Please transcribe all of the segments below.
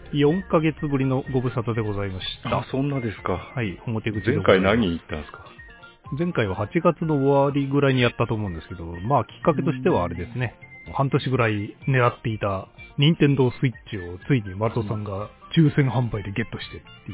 4ヶ月ぶりのご無沙汰でございました。 あ、そんなですか。 はい、表口で前回何言ったんですか？ 前回は8月の終わりぐらいにやったと思うんですけど、まあきっかけとしてはあれですね。半年ぐらい狙っていた任天堂スイッチをついにマルトさんが抽選販売でゲットしてっていう。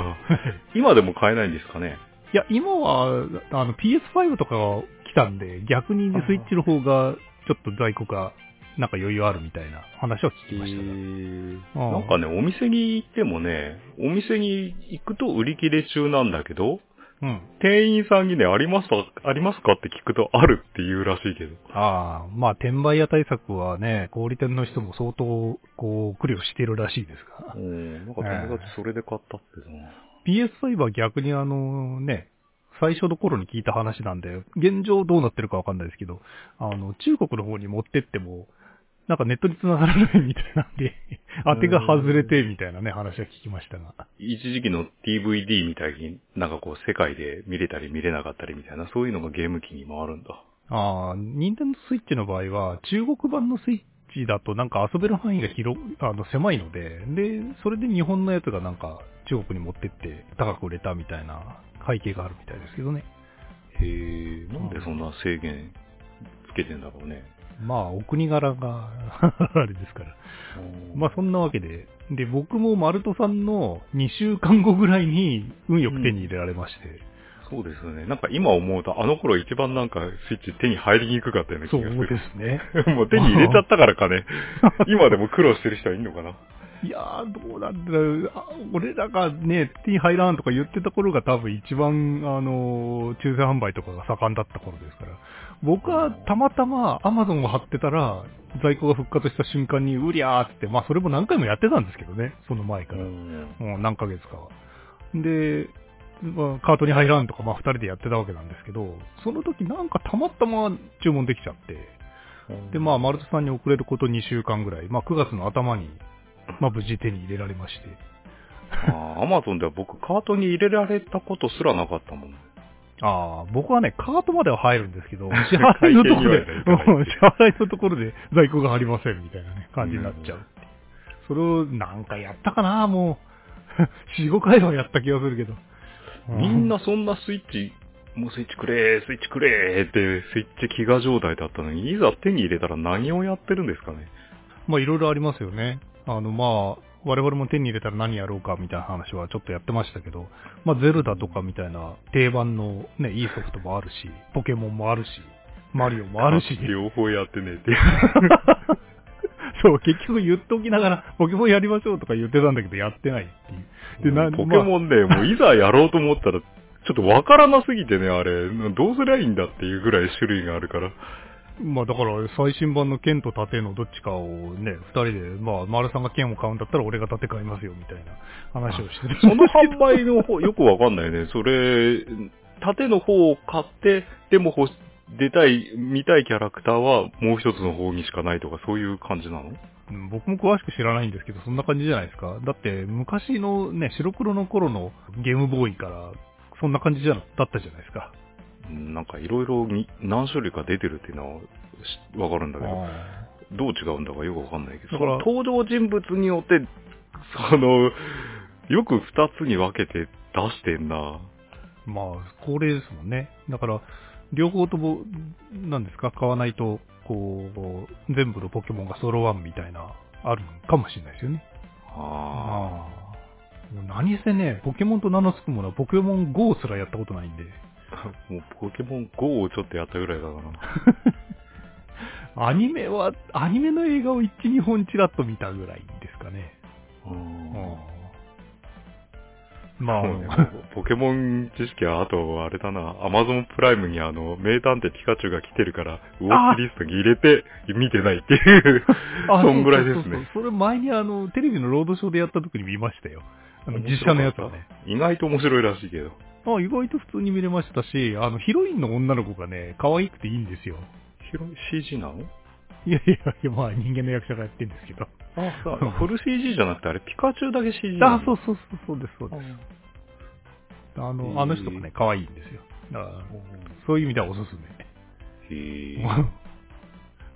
今でも買えないんですかね？ いや、今はPS5 とかが来たんで、逆にスイッチの方がちょっと在庫がなんか余裕あるみたいな話は聞きましたが。 なんかね、お店に行ってもね、お店に行くと売り切れ中なんだけど、 うん。 店員さんにね、ありますかって聞くとあるって言うらしいけど。 ああ、まあ、転売屋対策はね、小売店の人も相当、こう、苦慮してるらしいですが。 なんか友達それで買ったってさ。 PS5 は逆にね、最初の頃に聞いた話なんで、現状どうなってるかわかんないですけど、中国の方に持ってっても、なんかネットに繋がらないみたいなんで、当てが外れてみたいなね、話は聞きましたが。 一時期の DVD みたいになんかこう世界で見れたり見れなかったりみたいな、そういうのがゲーム機に回るんだ。 ああ、ニンテンドースイッチの場合は、中国版のスイッチだとなんか遊べる範囲が狭いので、で、それで日本のやつがなんか中国に持ってって高く売れたみたいな背景があるみたいですけどね。 へえ、なんでそんな制限つけてんだろうね。 まあ、お国柄があれですから。まあ、そんなわけで。で、僕もマルトさんの2週間後ぐらいに運よく手に入れられまして。 そうですよね。なんか今思うと、あの頃一番なんかスイッチ手に入りにくかったような気がする。 そうですね。 もう手に入れちゃったからかね。今でも苦労してる人はいんのかな。 いやー、どうなんだろう。俺らがね、手に入らんとか言ってた頃が多分一番、抽選販売とかが盛んだった頃ですから。僕はたまたま Amazon を貼ってたら、在庫が復活した瞬間にうりゃーって、まあそれも何回もやってたんですけどね、その前から。もう何ヶ月かは。で、まあ、カートに入らんとか、まあ二人でやってたわけなんですけど、その時なんかたまたま注文できちゃって、で、まあ、マルトさんに送れること2週間ぐらい、まあ9月の頭に、まあ無事手に入れられまして。 アマゾンでは僕カートに入れられたことすらなかったもん。 ああ、僕はね、カートまでは入るんですけど、支払いのところで、支払いのところで在庫がありませんみたいなね、感じになっちゃう。それをなんかやったかな、もう。4、5回はやった気がするけど。 みんなそんなスイッチ、もうスイッチくれーって、スイッチ飢餓状態だったのに、いざ手に入れたら何をやってるんですかね。 まあいろいろありますよね。まあ、我々も手に入れたら何やろうかみたいな話はちょっとやってましたけど、まあゼルダとかみたいな定番のね、いいソフトもあるし、ポケモンもあるし、マリオもあるし。 両方やってねって。 そう、結局言っときながら、ポケモンやりましょうとか言ってたんだけど、やってないっていう。 で、ポケモンね、もういざやろうと思ったら、ちょっとわからなすぎてね、あれ、どうすりゃいいんだっていうぐらい種類があるから。 まあだから最新版の剣と盾のどっちかをね、二人で、まあ丸さんが剣を買うんだったら俺が盾買いますよみたいな話をしてる。 その販売の方、よくわかんないね。それ、盾の方を買って、でも見たいキャラクターはもう一つの方にしかないとかそういう感じなの？ 僕も詳しく知らないんですけど、そんな感じじゃないですか。だって昔のね、白黒の頃のゲームボーイからそんな感じだったじゃないですか。 なんかいろいろ何種類か出てるっていうのはわかるんだけど、どう違うんだかよくわかんないけど、だから登場人物によって、よく二つに分けて出してんな。 まあ、恒例ですもんね。だから、両方とも、なんですか、買わないと、こう、全部のポケモンが揃わんみたいな、あるかもしれないですよね。もう何せね、ポケモンと名の付くものはポケモン GO すらやったことないんで。 もうポケモン GO をちょっとやったぐらいだからな。アニメの映画を1、2本ちらっと見たぐらいですかね。まあ、 ポケモン知識は、あと、あれだな、アマゾンプライムに名探偵ピカチュウが来てるから、ウォッチリストに入れて、見てないっていう、そんぐらいですね。 それ前にテレビのロードショーでやった時に見ましたよ。実写のやつはね。 意外と面白いらしいけど。 意外と普通に見れましたし、ヒロインの女の子がね、可愛くていいんですよ。 CG なの？ いや、まあ人間の役者がやってるんですけど。 フル CG じゃなくてあれピカチュウだけ CG そうです。あの人がね、可愛いんですよ。だからそういう意味ではおすすめ。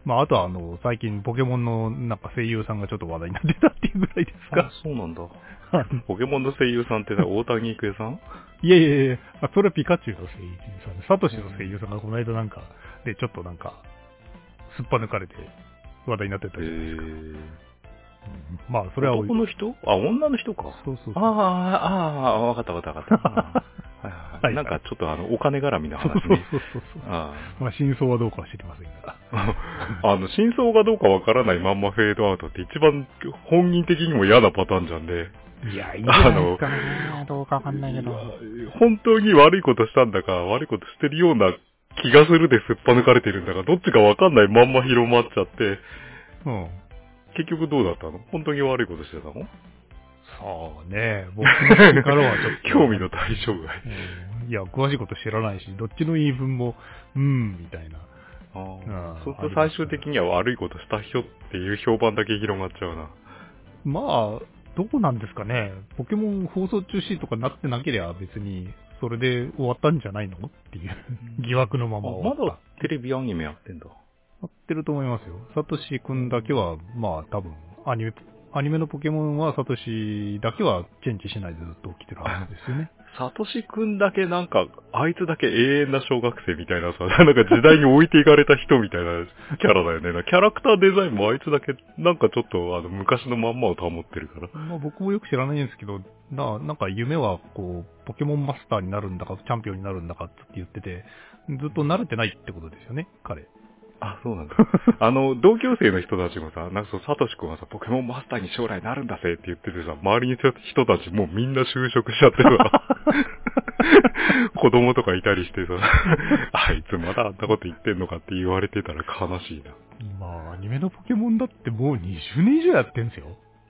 まあ、あとは最近ポケモンのなんか声優さんがちょっと話題になってたっていうぐらいですか。 そうなんだ。ポケモンの声優さんって大谷育恵さん？ いやいやいや、それはピカチュウの声優さんで、サトシの声優さんがこの間なんか、で、ちょっとなんか、すっぱ抜かれて話題になってたじゃないですか。まあ、それは男の人？女の人か。 そうそうそう。 わかった。はい。なんかちょっとお金絡みの話ね。 そう。まあ、真相はどうかは知りませんが。 真相がどうかわからないまんまフェードアウトって一番本人的にも嫌なパターンじゃんで。 いや、いいじゃないですかね。どうかわかんないけど。 本当に悪いことしたんだか、悪いことしてるような気がするですっぱ抜かれてるんだか、どっちかわかんないまんま広まっちゃって、結局どうだったの？本当に悪いことしてたの？ そうね、僕のからはちょっと。 興味の対象外。 いや、詳しいこと知らないし、どっちの言い分も、みたいな。 そうすると最終的には悪いことした人っていう評判だけ広がっちゃうな。 まあ、どうなんですかね。ポケモン放送中止とかなってなければ別に、それで終わったんじゃないのっていう疑惑のまま終わった。 まだテレビアニメやってんだ。 やってると思いますよ。サトシ君だけは、まあ多分、アニメのポケモンはサトシだけはチェンジしないでずっと起きてるはずですよね。 サトシ君だけなんか、あいつだけ永遠な小学生みたいなさ、なんか時代に置いていかれた人みたいなキャラだよね。キャラクターデザインもあいつだけ、なんかちょっと昔のまんまを保ってるから。 まあ僕もよく知らないんですけど、なんか夢はこう、ポケモンマスターになるんだか、チャンピオンになるんだかって言ってて、ずっと慣れてないってことですよね、彼。 そうなんだ。同級生の人たちもさ、なんかサトシ君はさ、ポケモンマスターに将来なるんだぜって言っててさ、周りに人たちもうみんな就職しちゃってさ、子供とかいたりしてさ、あいつまだあんなこと言ってんのかって言われてたら悲しいな。 まあ、アニメのポケモンだってもう20年以上やってんすよ。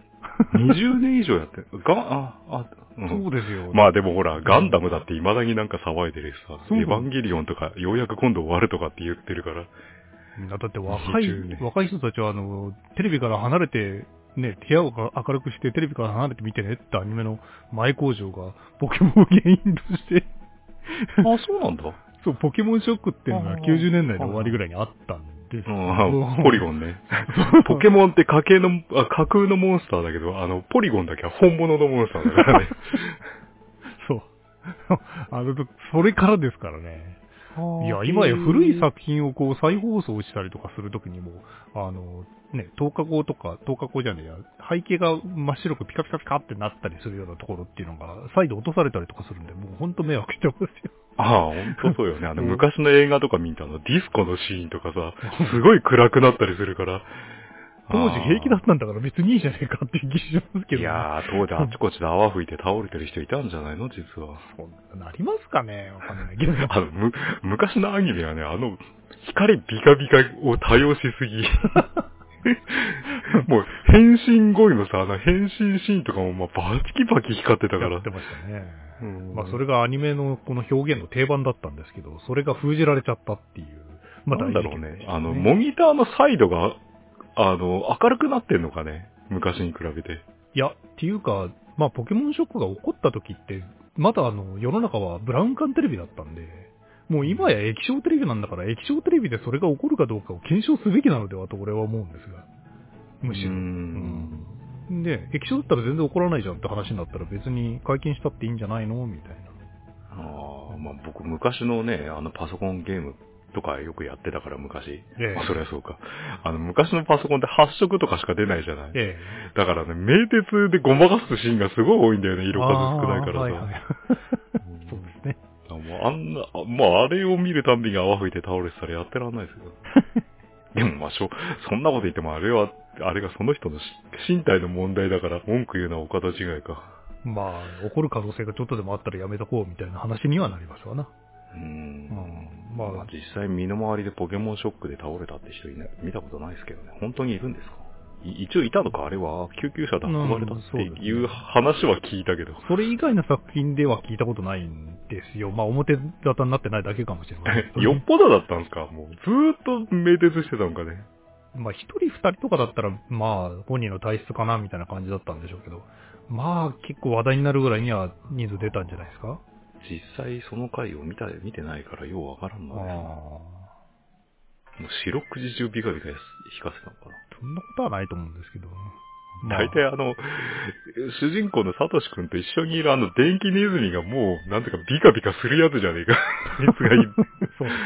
20年以上やってる。 そうですよ。 まあでもほら、ガンダムだって未だになんか騒いでるしさ、エヴァンゲリオンとかようやく今度終わるとかって言ってるから。 だって若い人たちはテレビから離れて、ね、部屋を明るくしてテレビから離れて見てねってアニメの前工場がポケモンを原因として。 そうなんだ。 そう、ポケモンショックっていうのが90年代の終わりぐらいにあったんですポリゴンね。ポケモンって架空のモンスターだけど、ポリゴンだけは本物のモンスターだからね。 そう。それからですからね。いや、今や古い作品をこう再放送したりとかするときにも、10日後じゃねえや、背景が真っ白くピカピカピカってなったりするようなところっていうのが、再度落とされたりとかするんで、もうほんと迷惑してますよ。 ほんとそうよね。昔の映画とか見たディスコのシーンとかさ、すごい暗くなったりするから、 当時平気だったんだから別にいいじゃねえかっていう気しますけど、ね。 いやー、当時あちこちで泡吹いて倒れてる人いたんじゃないの実は。 そうなりますかねわかんないけど。 昔のアニメはね、光ビカビカを多用しすぎ。もう、変身後のさ、変身シーンとかもバチキバキ光ってたから。 やってましたね。まあそれがアニメのこの表現の定番だったんですけど、それが封じられちゃったっていう。 なんだろうね。モニターのサイドが、明るくなってんのかね昔に比べて。 いや、っていうか、まあ、ポケモンショックが起こった時って、まだ世の中はブラウン管テレビだったんで、もう今や液晶テレビなんだから、液晶テレビでそれが起こるかどうかを検証すべきなのではと俺は思うんですが。むしろ。で、液晶だったら全然起こらないじゃんって話になったら別に解禁したっていいんじゃないのみたいな。 まあ僕昔のね、パソコンゲームとかよくやってたから昔。そりゃそうか。昔のパソコンって8色とかしか出ないじゃない。だからね、名鉄でごまかすシーンがすごい多いんだよね、色数少ないからさ。 そうですね。 あれを見るたんびに泡吹いて倒れてたらやってらんないですよ。でもそんなこと言ってもあれがその人の身体の問題だから文句言うのはお方違いか。 まあ、起こる可能性がちょっとでもあったらやめとこうみたいな話にはなりますわな。 まあ実際身の回りでポケモンショックで倒れたって人見たことないですけどね。本当にいるんですか？一応いたのかあれは救急車で運ばれたっていう話は聞いたけど。 それ以外の作品では聞いたことないんですよ。まあ表沙汰になってないだけかもしれない、ね。 よっぽどだったんですか？もうずーっと名鉄してたのかね。 まあ一人二人とかだったらまあ本人の体質かなみたいな感じだったんでしょうけど。まあ結構話題になるぐらいには人数出たんじゃないですか？ 実際その回を見てないからようわからんのです。 もう四六時中ビカビカ引かせたのかな。 そんなことはないと思うんですけど。 大体主人公のサトシ君と一緒にいる電気ネズミがもう、なんていうかビカビカするやつじゃねえか。熱がいい。 そうですね。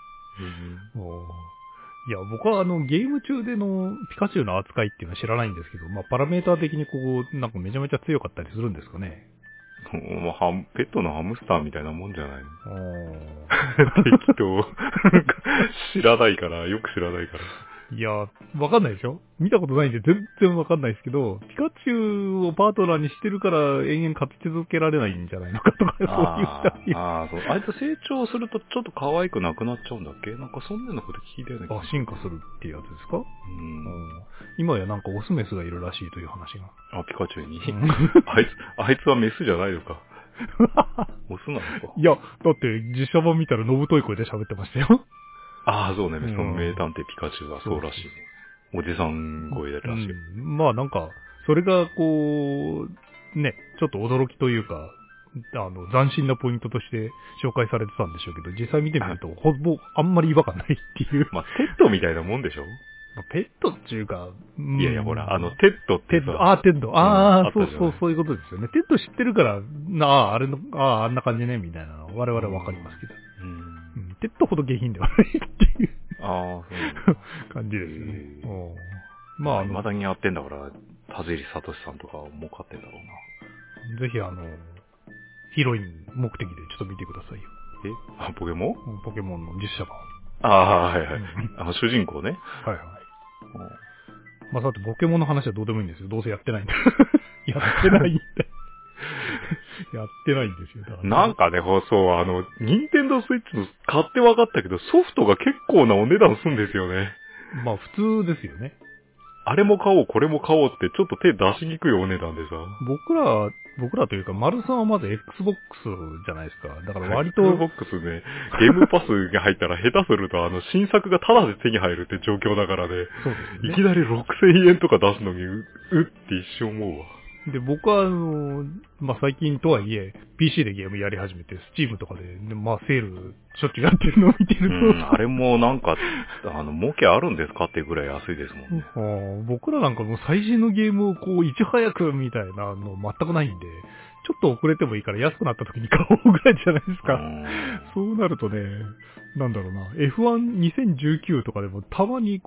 いや、僕はゲーム中でのピカチュウの扱いっていうのは知らないんですけど、まあ、パラメーター的になんかめちゃめちゃ強かったりするんですかね。 ペットのハムスターみたいなもんじゃないの？適当。知らないから、よく知らないから。 いや、わかんないでしょ？見たことないんで全然わかんないですけど、ピカチュウをパートナーにしてるから延々勝ち続けられないんじゃないのかとか、そういうそう。あいつ成長するとちょっと可愛くなくなっちゃうんだっけ？なんかそんなのこと聞いたよね。 進化するっていうやつですか？今やなんかオスメスがいるらしいという話が。 ピカチュウに。あいつはメスじゃないのか。オスなのか。 いや、だって実写版見たらのぶとい声で喋ってましたよ。 そうね。その名探偵ピカチュウはそうらしいね。おじさん声だらしい。 まあなんか、それがね、ちょっと驚きというか、斬新なポイントとして紹介されてたんでしょうけど、実際見てみると、ほぼあんまり違和感ないっていう。 ペットみたいなもんでしょ？ ペットっていうか、 いや、ほら、テッドってさ。 テッド。そういうことですよね。テッド知ってるから、あんな感じね、みたいなの我々わかりますけど。テッドほど下品ではないっていうそう感じですよね。 まあ、未だにやってんだから、田尻聡さんとか儲かってんだろうな。ぜひヒロイン目的でちょっと見てくださいよ。 ポケモン？ ポケモンの実写版。 はいはい。主人公ね。 はいはい。まあ、さて、ポケモンの話はどうでもいいんですよ。どうせやってないんで。やってないんで。やってないんですよ。だからなんかね、ニンテンドースイッチの買って分かったけど、ソフトが結構なお値段するんですよね。 まあ、普通ですよね。 あれも買おう、これも買おうって、ちょっと手出しにくいお値段でさ。 僕らというか、丸さんはまず Xbox じゃないですか。だから割と。 Xbox ね、ゲームパスが入ったら下手すると新作がタダで手に入るって状況だからね。 そうですね。 いきなり6000円とか出すのに、って一瞬思うわ。 で、僕はまあ、最近とはいえ、PC でゲームやり始めて、Steam とかで、まあ、セール、しょっちゅうやってるのを見てると。 あれもなんか、儲けあるんですかっていうぐらい安いですもんね。 僕らなんかもう最新のゲームをいち早くみたいなの全くないんで、ちょっと遅れてもいいから安くなった時に買おうぐらいじゃないですか。そうなるとね、なんだろうな、F12019 とかでもたまに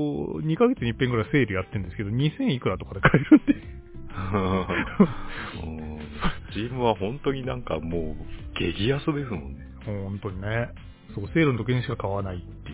2ヶ月に一遍ぐらいセールやってるんですけど、2000いくらとかで買えるんで。 スチームは本当になんかもう激安ですもんね。 本当にね。そう、セールの時にしか買わないっていう。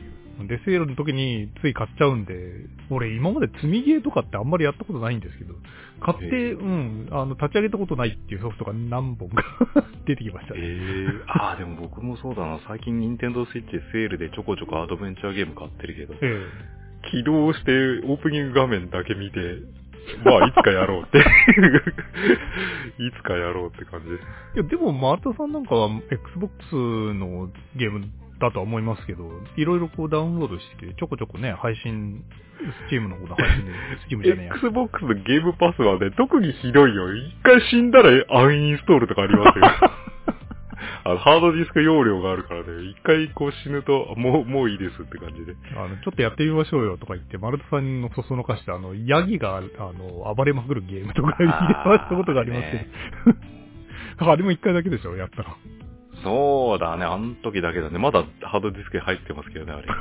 で、セールの時につい買っちゃうんで、俺今まで積みゲーとかってあんまりやったことないんですけど、買って、立ち上げたことないっていうソフトが何本か出てきましたね。 でも僕もそうだな。最近任天堂スイッチでセールでちょこちょこアドベンチャーゲーム買ってるけど、起動してオープニング画面だけ見て、まあ、いつかやろうって。いつかやろうって感じです。 いや、でも、マルタさんなんかは Xbox のゲームだとは思いますけど、いろいろダウンロードしてきて、ちょこちょこね、配信、Steam の方で配信で、Steam じゃねえや。 Xbox のゲームパスはね、特にひどいよ。一回死んだらアンインストールとかありますよ。ハードディスク容量があるからね、一回死ぬと、もういいですって感じで。 ちょっとやってみましょうよとか言って、マルトさんのそそのかして、ヤギが、暴れまくるゲームとか入れましたことがありますけど。あれも一回だけでしょ、やったら。 そうだね、あの時だけだね。まだハードディスクに入ってますけどね、あれ。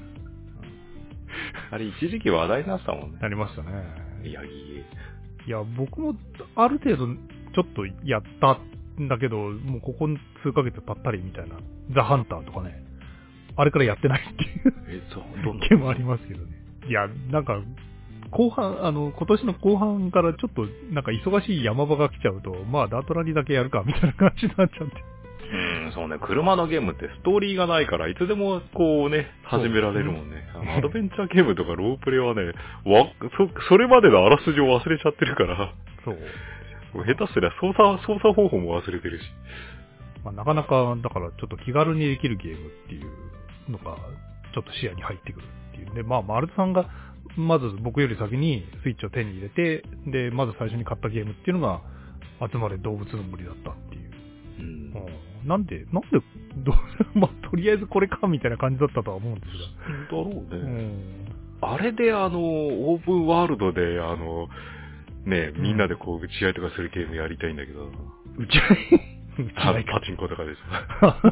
あれ一時期話題になったもんね。 なりましたね。 ヤギ。 いや、僕もある程度ちょっとやっただけど、もうここ数ヶ月経ったりみたいな、ザ・ハンターとかね、あれからやってないっていうどんなゲームありますけどね。いや、なんか、後半、今年の後半からちょっと、なんか忙しい山場が来ちゃうと、まあ、ダートラリだけやるか、みたいな感じになっちゃって。 そうね、車のゲームってストーリーがないから、いつでも始められるもんね。アドベンチャーゲームとかロープレはね、それまでのあらすじを忘れちゃってるから、 そう。 下手すりゃ操作方法も忘れてるし。 まあ、なかなか、だからちょっと気軽にできるゲームっていうのが、ちょっと視野に入ってくるっていうね。まあ、マルトさんが、まず僕より先にスイッチを手に入れて、で、まず最初に買ったゲームっていうのが、集まれ動物の森だったっていう。 なんで、まあ、とりあえずこれか、みたいな感じだったとは思うんですだろうが。 ね。あれでオープンワールドで、ね、みんなでこう、打ち合いとかするゲームやりたいんだけど。 打ち合いパチンコとかでさ。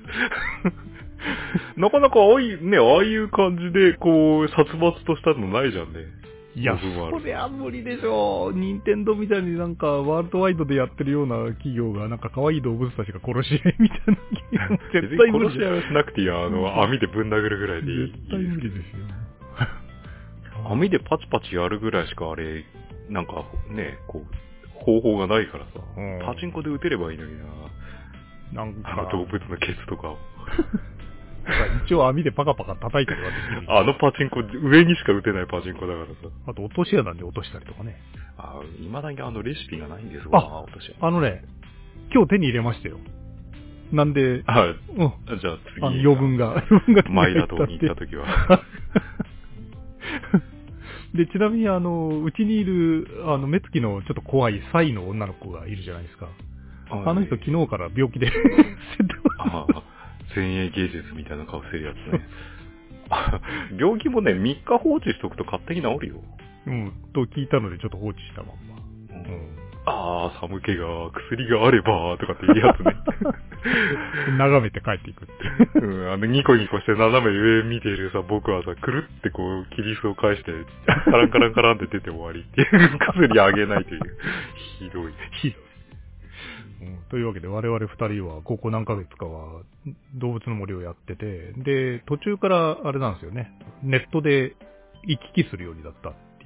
なかなかああいう感じで、こう、殺伐としたのないじゃんね。 いや、そりゃ無理でしょ。任天堂みたいになんか、ワールドワイドでやってるような企業が、なんか可愛い動物たちが殺し合いみたいなゲーム、絶対無理。 殺し合いはしなくていいや、網でぶん殴るぐらいでいい。 絶対無理ですよ。 網でパチパチやるぐらいしかあれ、なんかね、こう、方法がないからさ、パチンコで撃てればいいのにな。 なんか、 動物のケツとかを。 一応網でパカパカ叩いたりはできる。 パチンコ、上にしか撃てないパチンコだからさ。 あと落とし穴で落としたりとかね。 未だにレシピがないんですわ、落とし穴。 今日手に入れましたよ。なんで、 じゃあ次。 余分がマイラ島に行った時は。 で、ちなみにうちにいる、目つきのちょっと怖いサイの女の子がいるじゃないですか。あの人昨日から病気で前衛芸術みたいな顔してるやつね。病気もね、3日放置しとくと勝手に治るよ。 と聞いたのでちょっと放置したまんま。 寒気が、薬があれば、とかっていうやつね。 眺めて帰っていくっていう。 ニコニコして斜め上見ているさ、僕はさ、くるってこう、キリスを返して、カランカランカランって出て終わりっていう、薬あげないという。ひどい。 というわけで我々二人はここ何ヶ月かは動物の森をやってて、で、途中からあれなんですよね。ネットで行き来するようになったっていう。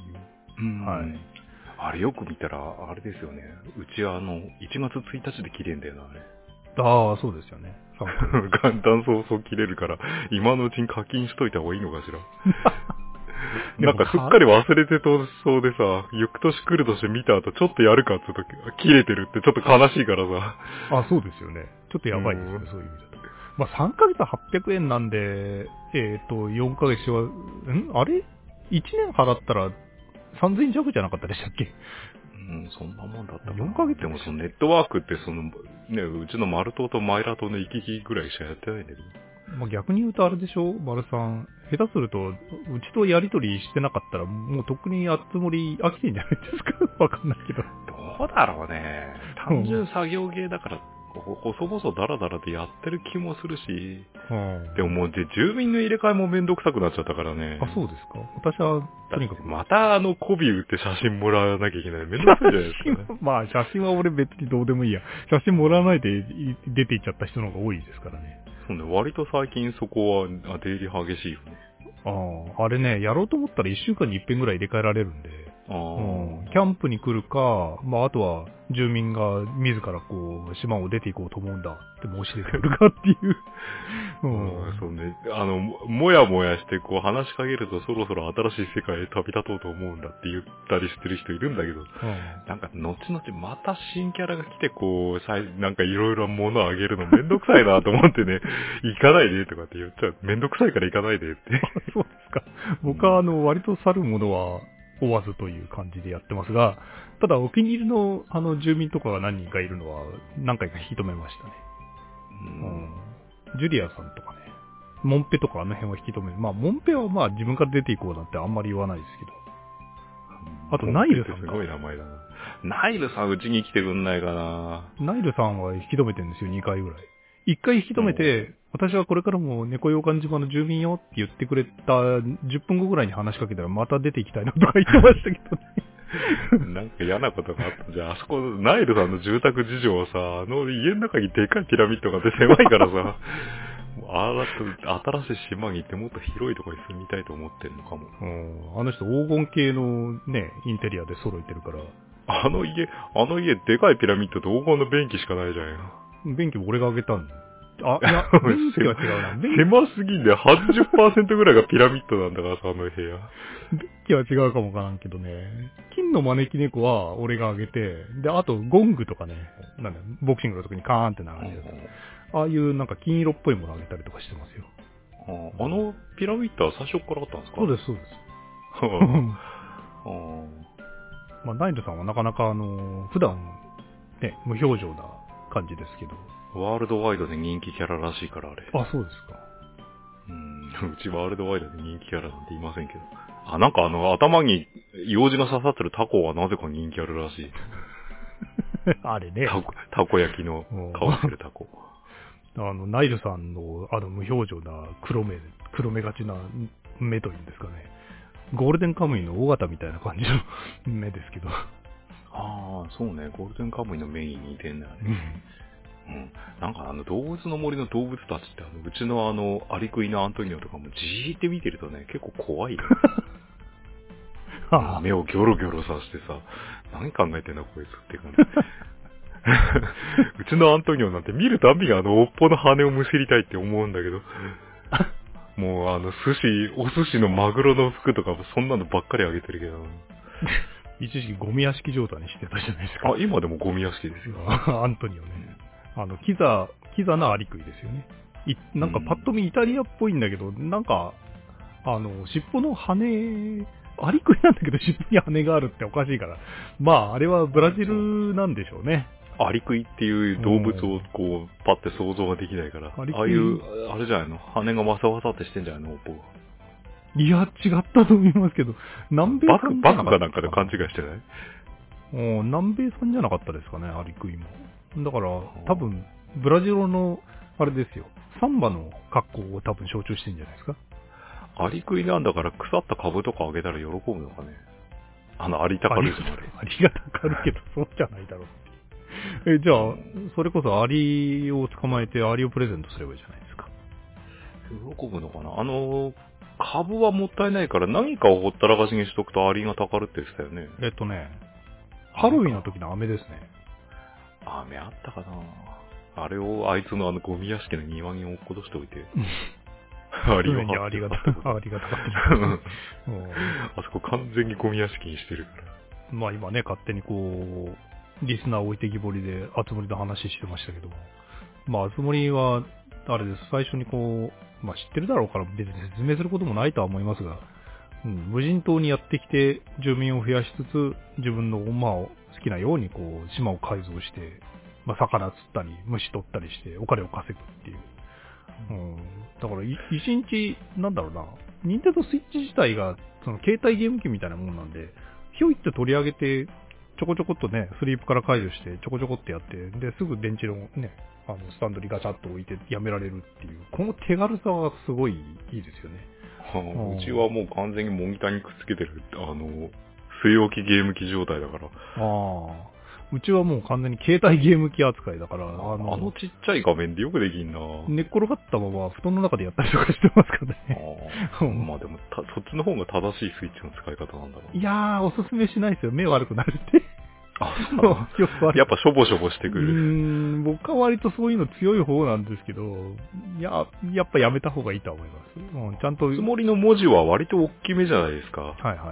はい。 あれよく見たら、あれですよね。うちは1月1日で切れんだよな、あれ。 そうですよね。 元旦早々切れるから、今のうちに課金しといた方がいいのかしら。なんかすっかり忘れてそうでさ、翌年来る年見た後ちょっとやるかって言うと、切れてるってちょっと悲しいからさ。 そうですよね。ちょっとやばいですよね、そういう意味だと。まあ、3ヶ月800円なんで、4ヶ月は、あれ ?1 年払ったら3000円弱じゃなかったでしたっけ？ そんなもんだったかな。 4ヶ月でもそのネットワークってね、うちのマル島とマイラ島の行き来ぐらいしかやってないんだけど。 まあ、逆に言うとあれでしょ、丸さん。下手すると、うちとやりとりしてなかったら、もうとっくにやつもり飽きてんじゃないですかわかんないけど。 どうだろうね。単純作業芸だから、細々ダラダラでやってる気もするし。でももう住民の入れ替えもめんどくさくなっちゃったからね。 そうですか。私は、とにかく。 また媚び打って写真もらわなきゃいけない。めんどくさいじゃないですか、ね。 まあ写真は俺別にどうでもいいや。写真もらわないで出ていっちゃった人の方が多いですからね。 そうね、割と最近そこは出入り激しいよね。 あれね、やろうと思ったら1週間に一遍ぐらい入れ替えられるんで。キャンプに来るか、まああとは住民が自らこう島を出ていこうと思うんだって申し出てくるかっていう。 そうね。もやもやしてこう話しかけるとそろそろ新しい世界へ旅立とうと思うんだって言ったりしてる人いるんだけど、なんか後々また新キャラが来てこう、なんかいろいろ物をあげるのめんどくさいなと思ってね、行かないでとかって言っちゃう。めんどくさいから行かないでって。 そうですか。僕は割と去るものは追わずという感じでやってますが、ただお気に入りの住民とかが何人かいるのは何回か引き止めましたね。ジュリアさんとかね、モンペとかあの辺は引き止める。まあモンペはまあ自分から出ていこうなんてあんまり言わないですけど。あとナイルさんすごい名前だな。ナイルさんうちに来てくんないかな。 ナイルさんは引き止めてるんですよ、2回ぐらい。1回引き止めて、私はこれからも猫洋館島の住民よって言ってくれた10分後ぐらいに話しかけたらまた出ていきたいなとか言ってましたけどね。 なんか嫌なことがあったじゃん。あそこ、ナイルさんの住宅事情はさ、家の中にでかいピラミッドがあって狭いからさ、新しい島に行ってもっと広いところに住みたいと思ってるのかも。 あの人黄金系のね、インテリアで揃えてるから。 あの家、でかいピラミッドと黄金の便器しかないじゃんよ。 便器俺があげたんだ。いや、便器は違うな。 狭すぎんで 80% ぐらいがピラミッドなんだからさ、あの部屋。 便器は違うかもわからんけどね。金の招き猫は俺があげて、で、あとゴングとかね、なんだ、ボクシングの時にカーンって流れるやつ。ああいうなんか金色っぽいものあげたりとかしてますよ。 あのピラミッドは最初からあったんですか？ そうです、そうです。まあ、ナイルさんはなかなか普段、ね、無表情な感じですけど、 ワールドワイドで人気キャラらしいから、あれ。 あ、そうですか。 うちワールドワイドで人気キャラなんて言いませんけど。あ、なんか頭に用事が刺さってるタコはなぜか人気あるらしい。 あれね。 たこ焼きの顔してるタコ。 ナイルさんの無表情な黒目がちな目というんですかね。ゴールデンカムイの尾形みたいな感じの目ですけど。 ああ、そうね。ゴールデンカムイの目に似てんだよね。なんか動物の森の動物たちってうちのアリクイのアントニオとかもじーって見てるとね、結構怖いよ。目をギョロギョロさしてさ、何考えてんだこいつって感じ。うちのアントニオなんて見るたびに尾っぽの羽をむしりたいって思うんだけど、もうお寿司のマグロの服とかそんなのばっかりあげてるけど。 一時期ゴミ屋敷状態にしてたじゃないですか。 あ、今でもゴミ屋敷ですよ。 アントニオね。キザなアリクイですよね。なんかパッと見イタリアっぽいんだけど、なんか、尻尾の羽、アリクイなんだけど尻尾に羽があるっておかしいから。まあ、あれはブラジルなんでしょうね。 アリクイっていう動物をこう、パッて想像ができないから。ああいう、あれじゃないの？羽がわさわさってしてんじゃないの？尾っぽが。 いや、違ったと思いますけど、南米産バクかなんかで勘違いしてない？ 南米産じゃなかったですかね、アリクイも。だから、多分、ブラジルの、あれですよ、サンバの格好を多分象徴してるんじゃないですか。 アリクイなんだから腐った株とかあげたら喜ぶのかね。アリタカルじゃん、あれ。 アリがたかるけど、そうじゃないだろうって。じゃあ、それこそアリを捕まえてアリをプレゼントすればいいじゃないですか。 喜ぶのかな。株はもったいないから何かをほったらかしにしとくとアリがたかるって言ってたよね。 ハロウィンの時の飴ですね。 飴あったかな。あれをあいつのゴミ屋敷の庭に落っことしておいて。アリがたかってる。あそこ完全にゴミ屋敷にしてるから。 まあ今ね、勝手にこう、リスナー置いてきぼりで、あつ森の話してましたけども。まあ、あつ森は、あれです。最初にこう、まあ知ってるだろうから別に説明することもないとは思いますが、無人島にやってきて住民を増やしつつ、自分の馬を好きなようにこう、島を改造して、まあ魚釣ったり、虫取ったりしてお金を稼ぐっていう。だから一日、なんだろうな、ニンテンドースイッチ自体が、その携帯ゲーム機みたいなもんなんで、ひょいって取り上げて、ちょこちょこっとね、スリープから解除して、ちょこちょこってやって、で、すぐ電池のね、スタンドにガチャッと置いてやめられるっていう、この手軽さはすごいいいですよね。 うちはもう完全にモニターにくっつけてる、据え置きゲーム機状態だから。 うちはもう完全に携帯ゲーム機扱いだから、 ちっちゃい画面でよくできんな。 寝っ転がったまま布団の中でやったりとかしてますからね。 まあでもそっちの方が正しいスイッチの使い方なんだろう。 いやー、おすすめしないですよ。目悪くなるって。 やっぱしょぼしょぼしてくる。 僕は割とそういうの強い方なんですけど、やっぱやめた方がいいと思います。ちゃんと。 つもりの文字は割と大きめじゃないですか。 はいはい。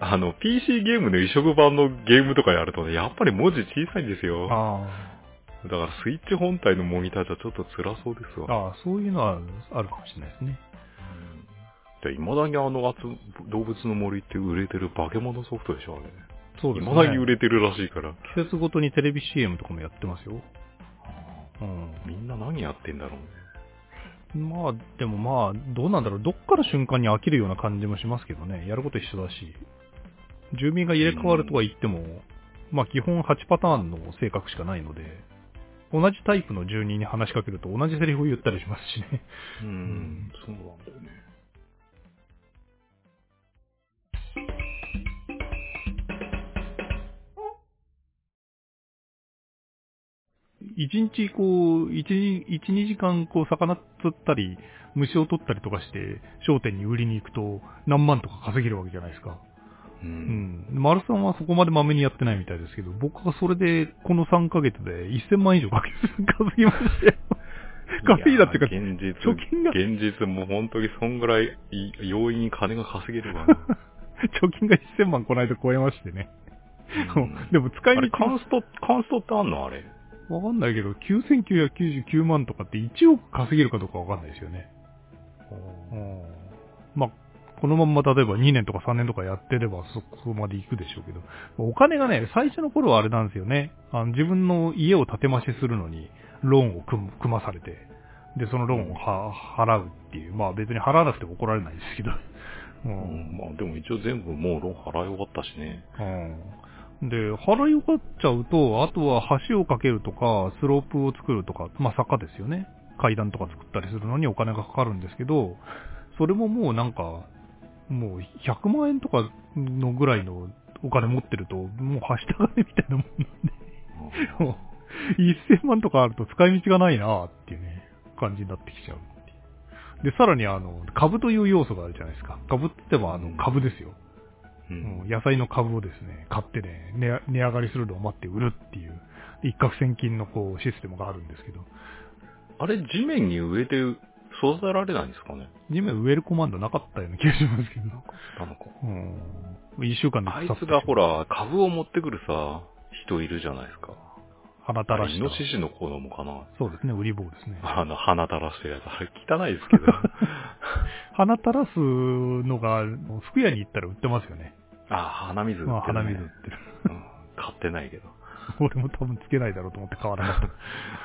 PC ゲームの移植版のゲームとかやるとね、やっぱり文字小さいんですよ。だからスイッチ本体のモニターじゃちょっと辛そうですわ。 そういうのはあるかもしれないですね。 未だに動物の森って売れてる化け物ソフトでしょ、あれ。 そうですね。 未だに売れてるらしいから。 季節ごとにテレビ CM とかもやってますよ。 みんな何やってんだろうね。 まあ、でもまあ、どうなんだろう。どっから瞬間に飽きるような感じもしますけどね。やること一緒だし。住民が入れ替わるとは言っても、まあ基本8パターンの性格しかないので、同じタイプの住人に話しかけると同じセリフを言ったりしますしね。 そうなんだよね。 一日こう、2時間こう魚釣ったり、虫を取ったりとかして、商店に売りに行くと何万とか稼げるわけじゃないですか。丸さんはそこまでまめにやってないみたいですけど、僕はそれでこの3ヶ月で1000万以上稼ぎましたよ。稼いだっていうか、貯金が。 現実も本当にそんぐらい容易に金が稼げるわ。 貯金が1000万この間超えましてね。でも使い道カンストってあんのあれ。 わかんないけど、9999万とかって1億稼げるかどうかわかんないですよね。まあ、このまんま例えば2年とか3年とかやってればそこまで行くでしょうけど、お金がね、最初の頃はあれなんですよね。自分の家を建て増しするのに、 ローンを組まされて、で、そのローンを払うっていう、まあ別に払わなくても怒られないですけど。 まあでも一応全部もうローン払い終わったしね。 で、払い終わっちゃうと、あとは橋を架けるとか、スロープを作るとか、まあ坂ですよね。階段とか作ったりするのにお金がかかるんですけど、それももうなんか、もう100万円とかのぐらいのお金持ってると、もうはした金みたいなもんなんで、もう1000万とかあると使い道がないなっていうね、感じになってきちゃうっていう。で、さらに株という要素があるじゃないですか。株って言っても株ですよ。野菜の株をですね、買ってね、値上がりするのを待って売るっていう、一攫千金のこうシステムがあるんですけど。 あれ、地面に植えて育てられないんですかね。 地面植えるコマンドなかったような気がしますけど。 なのか。 一週間であいつがほら、株を持ってくるさ、人いるじゃないですか。 鼻垂らし。 イノシシの子供かな。 そうですね、売り棒ですね。 鼻垂らしてるやつ。あれ汚いですけど。 鼻垂らすのが、服屋に行ったら売ってますよね。 鼻水売ってる、ね。 鼻水売ってる。 買ってないけど。 俺も多分つけないだろうと思って買わなかった。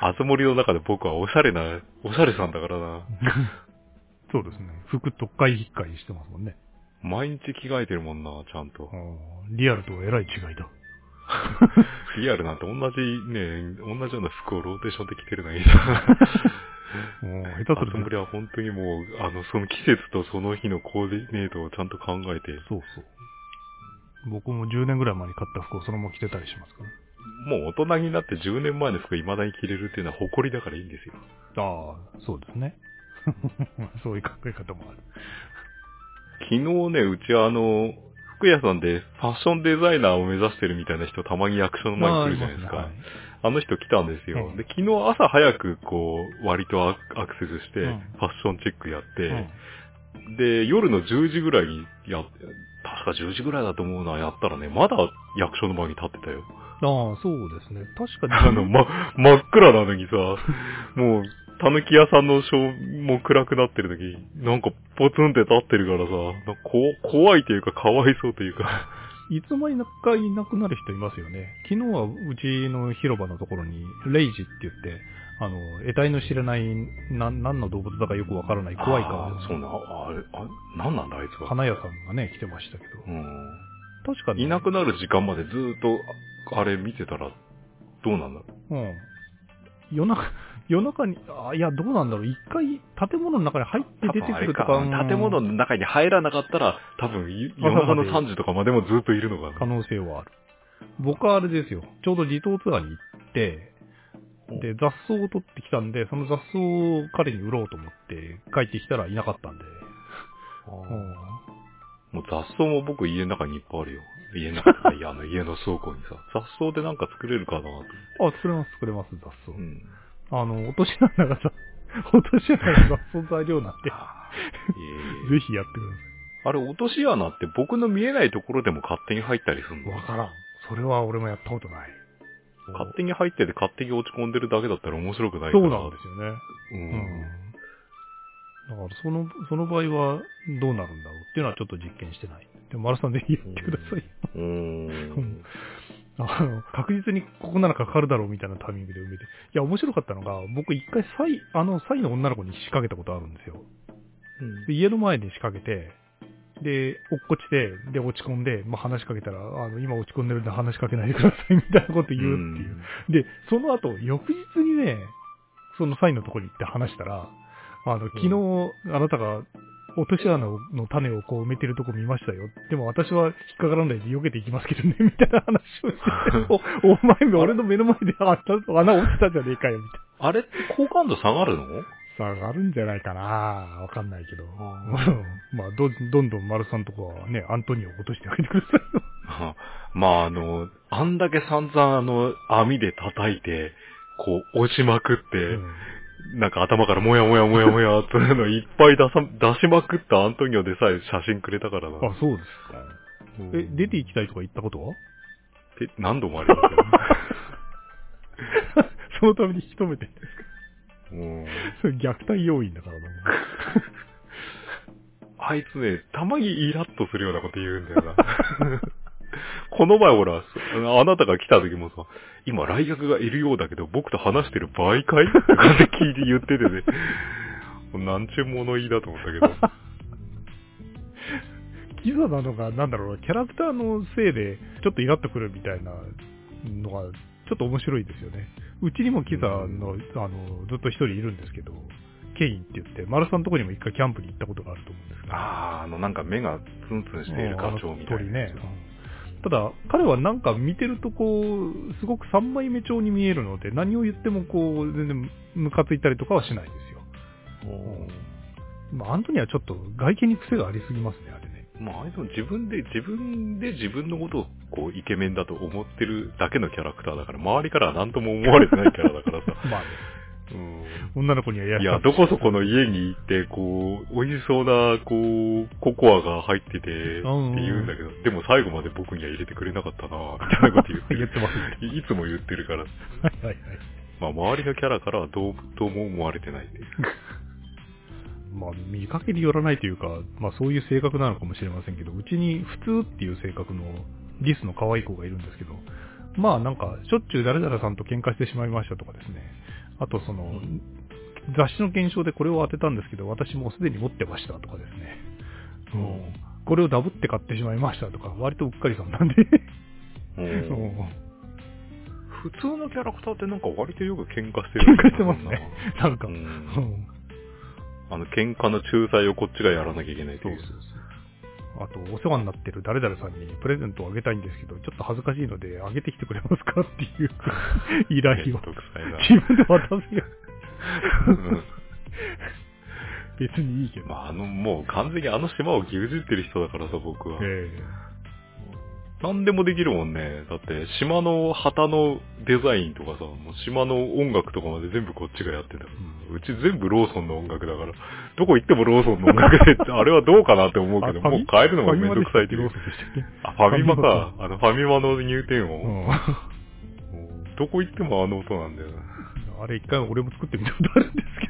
あつ森の中で僕はおしゃれさんだからな。 そうですね。服特会引っかいしてますもんね。 毎日着替えてるもんな、ちゃんと。 リアルとはえらい違いだ。 リアルなんて同じような服をローテーションで着てるのにさ。下手すると。あつ森は本当にもう、その季節とその日のコーディネートをちゃんと考えて。 そうそう。僕も10年ぐらい前に買った服をそのまま着てたりしますから。 もう大人になって10年前の服未だに着れるっていうのは誇りだからいいんですよ。 ああ、そうですね。そういう考え方もある。 昨日ね、うちは服屋さんでファッションデザイナーを目指してるみたいな人たまに役所の前に来るじゃないですか。あの人来たんですよ。で、昨日朝早く割とアクセスして、ファッションチェックやって、で、夜の10時ぐらいに確か10時ぐらいだと思うな、やったらね、まだ役所の前に立ってたよ。 ああ、そうですね。確かに。 真っ暗なのにさ、もう、たぬき屋さんのもう暗くなってる時、なんかポツンって立ってるからさ、怖いというか、かわいそうというか。 いつまにかいなくなる人いますよね。昨日はうちの広場のところに、レイジって言って、得体の知れない、何の動物だかよくわからない怖い顔で。 そうな、何なんだあいつは。 花屋さんがね、来てましたけど。確かに、 いなくなる時間までずーっと、あれ見てたら、どうなんだろう。 夜中に、いや、どうなんだろう。一回、建物の中に入って出てくるとか。 建物の中に入らなかったら、多分、夜中の3時とかまでもずっといるのかな。 可能性はある。僕はあれですよ。ちょうど離島ツアーに行って、で、雑草を取ってきたんで、その雑草を彼に売ろうと思って帰ってきたらいなかったんで。 もう雑草も僕家の中にいっぱいあるよ。家の中とか、家の倉庫にさ。雑草でなんか作れるかなと。 作れます、雑草。落とし穴がさ、落とし穴が雑草材料なんで。ぜひやってください。 あれ、落とし穴って僕の見えないところでも勝手に入ったりするの？ わからん。それは俺もやったことない。 勝手に入ってて勝手に落ち込んでるだけだったら面白くないから。 そうなんですよね。だからその場合はどうなるんだろうっていうのはちょっと実験してない。でも丸さんぜひやってください。確実にここならかかるだろうみたいなタイミングで埋めて。いや、面白かったのが、僕一回サイの女の子に仕掛けたことあるんですよ。で家の前で仕掛けて、で、落っこちて、で、落ち込んで、話しかけたら、今落ち込んでるんで話しかけないでくださいみたいなこと言うっていう。で、その後、翌日にね、そのサイのところに行って話したら、昨日、あなたが落とし穴の種を埋めてるとこ見ましたよ。でも私は引っかからないで避けていきますけどね、みたいな話をしてお前俺の目の前で穴落ちたじゃねえかよ、みたいな。あれって好感度下がるの？ 下がるんじゃないかな、わかんないけど。どんどん丸さんとかはね、アントニオを落としてあげてください。 あんだけ散々網で叩いて、押しまくって、なんか頭からもやもやもやもやっていうのいっぱい出しまくったアントニオでさえ写真くれたからな。 あ、そうですか。出て行きたいとか言ったことは？ 何度もありますよ。そのために引き止めてるんですか？それ虐待要因だからな。 あいつね、たまにイラッとするようなこと言うんだよな。 この前ほら、あなたが来た時もさ、今来客がいるようだけど、僕と話してる場合かいって感じで聞いて言っててね。なんちゅう物言いだと思ったけど。 キザなのが、なんだろう、キャラクターのせいで、ちょっとイラッとくるみたいなのが、ちょっと面白いですよね。うちにもキザの、ずっと一人いるんですけど、ケインって言って、丸さんのとこにも一回キャンプに行ったことがあると思うんですけど。 なんか目がツンツンしている課長みたいな。 ね。ただ、彼はなんか見てるとこう、すごく三枚目調に見えるので、何を言ってもこう、全然ムカついたりとかはしないですよ。まあ、アントニーはちょっと外見に癖がありすぎますね、あれね。 まあ、あいつも自分で自分のことをこうイケメンだと思ってるだけのキャラクターだから、周りからは何とも思われてないキャラだからさ。 まあね。女の子にはいや、どこそこの家に行って、こう、美味しそうな、こう、ココアが入ってて、って言うんだけど、でも最後まで僕には入れてくれなかったなみたいなこと言って言ってますね。 いつも言ってるから。 はいはいはい。 まあ、周りのキャラからはどうも思われてないっていう。 まあ、見かけによらないというか、まあそういう性格なのかもしれませんけど、うちに普通っていう性格のリスの可愛い子がいるんですけど、まあなんか、しょっちゅう誰々さんと喧嘩してしまいましたとかですね。あとその、雑誌の検証でこれを当てたんですけど、私もうすでに持ってましたとかですね。これをダブって買ってしまいましたとか、割とうっかりさんなんで。 普通のキャラクターってなんか割とよく喧嘩してる。 喧嘩してますね。なんか。 喧嘩の仲裁をこっちがやらなきゃいけないという。 あと、お世話になってる誰々さんにプレゼントをあげたいんですけど、ちょっと恥ずかしいので、あげてきてくれますかっていう依頼を自分で渡すよ。別にいいけど。 まあ、もう完全にあの島を牛耳ってる人だからさ、僕は。何でもできるもんね。だって、島の旗のデザインとかさ、もう島の音楽とかまで全部こっちがやってた。うち全部ローソンの音楽だから、どこ行ってもローソンの音楽で、あれはどうかなって思うけど、もう変えるのがめんどくさいっていう。ファミマか。ファミマの入店音。どこ行ってもあの音なんだよな。 あれ一回俺も作ってみたことあるんですけ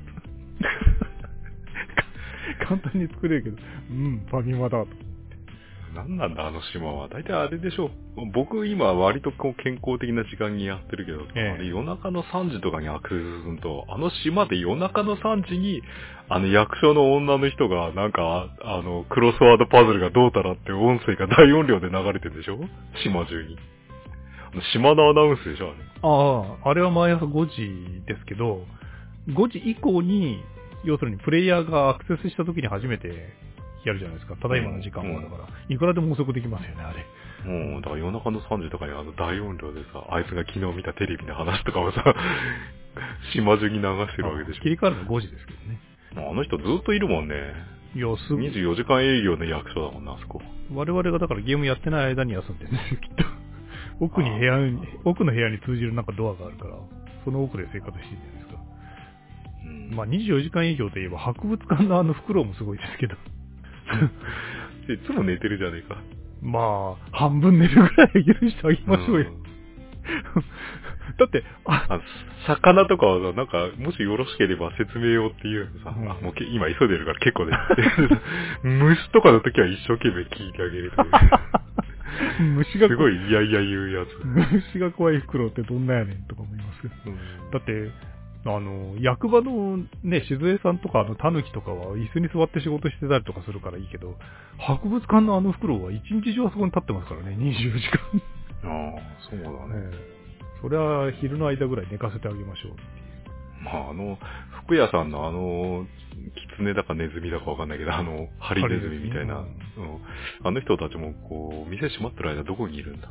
ど。簡単に作れるけど、ファミマだと。 なんなんだあの島は。大体あれでしょ。僕今割とこう健康的な時間にやってるけど、あれ夜中の3時とかにアクセスすると、あの島で夜中の3時に、役所の女の人がなんか、クロスワードパズルがどうたらって音声が大音量で流れてるでしょ島中に。島のアナウンスでしょあれは毎朝5時ですけど、5時以降に、要するにプレイヤーがアクセスした時に初めて、やるじゃないですか。ただいまの時間はだから、いくらでも遅くできますよね、あれ。 だから夜中の3時とかに大音量でさ、あいつが昨日見たテレビの話とかをさ、島中に流してるわけでしょ。 切り替わるの5時ですけどね。 あの人ずっといるもんね。 いや、 24時間営業の役所だもんな、あそこ。 我々がだからゲームやってない間に休んでるんですよ、きっと。奥の部屋に通じるなんかドアがあるから、その奥で生活してるんじゃないですか。まあ24時間営業といえば博物館のフクロウもすごいですけど。 いつも寝てるじゃねえか。 まあ、半分寝るぐらい許してあげましょうよ。だって、 魚とかはさ、なんか、もしよろしければ説明をっていうのさ、もう今急いでるから結構です。虫とかの時は一生懸命聞いてあげるという。虫がすごいいやいや言うやつ。 虫が怖いフクロウってどんなやねんとか思いますけど。だって、役場のね、静江さんとかタヌキとかは椅子に座って仕事してたりとかするからいいけど、博物館のフクロウは一日中あそこに立ってますからね、24時間。 ああ、そうだね。 それは昼の間ぐらい寝かせてあげましょう。 まあ服屋さんの狐だかネズミだかわかんないけど、ハリネズミみたいな、あの人たちもこう、店閉まってる間どこにいるんだ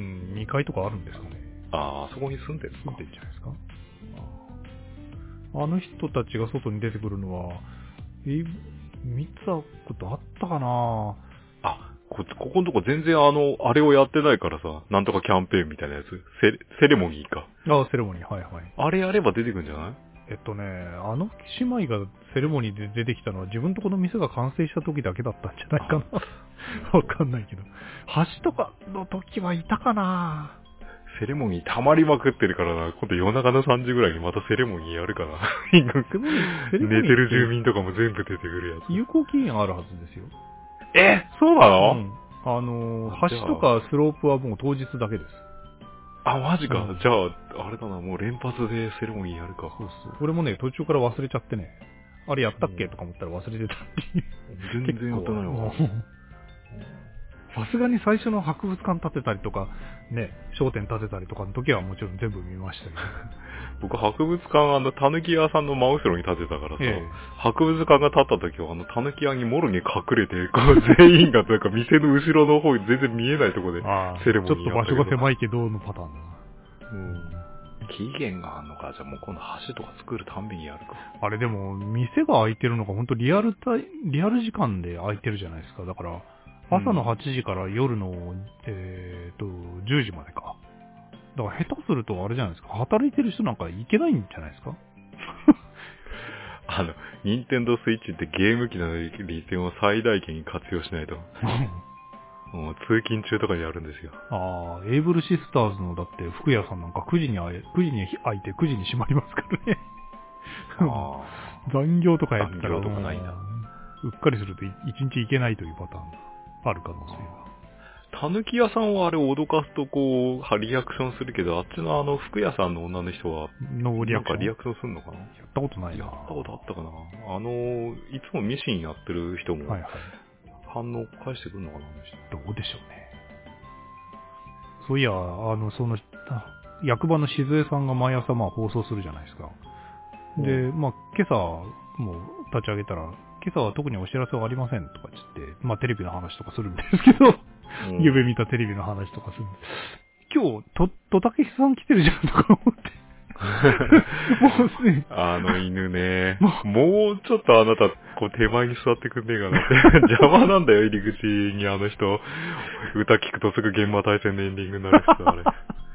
2階とかあるんですかね。 あそこに住んでるんじゃないですか。あの人たちが外に出てくるのは、見たことあったかな。 ここのとこ全然あれをやってないからさ、なんとかキャンペーンみたいなやつ。セレモニーか。 セレモニー、はいはい。あれやれば出てくるんじゃない？ 姉妹がセレモニーで出てきたのは自分とこの店が完成した時だけだったんじゃないかな。わかんないけど。橋とかの時はいたかな。 セレモニー溜まりまくってるからな。今度夜中の3時ぐらいにまたセレモニーやるかな。寝てる住民とかも全部出てくるやつ。 有効期限あるはずですよ。 そうなの？ 橋とかスロープはもう当日だけです。 あ、マジか。 うん、 じゃあ、あれだな、もう連発でセレモニーやるか。 そうそう。俺もね、途中から忘れちゃってね、あれやったっけとか思ったら忘れてたっていう。 全然やってないわ。 さすがに最初の博物館建てたりとか、ね、商店建てたりとかの時はもちろん全部見ましたけど。 僕、博物館、たぬき屋さんの真後ろに建てたからさ、 ええ、 博物館が建った時は、たぬき屋にもろに隠れて、こう、全員が、なんか店の後ろの方に全然見えないところで、セレモニーやったけど。 ちょっと場所が狭いけどのパターンだな。 うん。期限があんのか、じゃあもうこの橋とか作るたんびにやるか。 あれでも、店が開いてるのが本当リアル時間で開いてるじゃないですか。だから、朝の8時から夜の、10時までか。だから下手するとあれじゃないですか。働いてる人なんか行けないんじゃないですか。 ニンテンドースイッチってゲーム機の利点を最大限に活用しないと。もう通勤中とかにあるんですよ。 ああ、エイブルシスターズのだって服屋さんなんか9時に開いて9時に閉まりますからね。残業とかやったら残業とかないんだ。 うっかりすると1日行けないというパターンがある可能性が。 たぬき屋さんはあれ脅かすとこう、リアクションするけど、あっちの服屋さんの女の人は、なんかリアクションするのかな？ やったことないな。 やったことあったかな？いつもミシンやってる人も、反応返してくるのかな？ どうでしょうね。そういや、役場の静江さんが毎朝放送するじゃないですか。で、今朝もう立ち上げたら、今朝は特にお知らせはありませんとか言って、テレビの話とかするんですけど、夢見たテレビの話とかする。今日、とたけしさん来てるじゃんとか思って。もうね。 犬ね。もうちょっとあなた、手前に座ってくんねえかなって。邪魔なんだよ、入り口に人。歌聞くとすぐ現場対戦のエンディングになる人、あれ。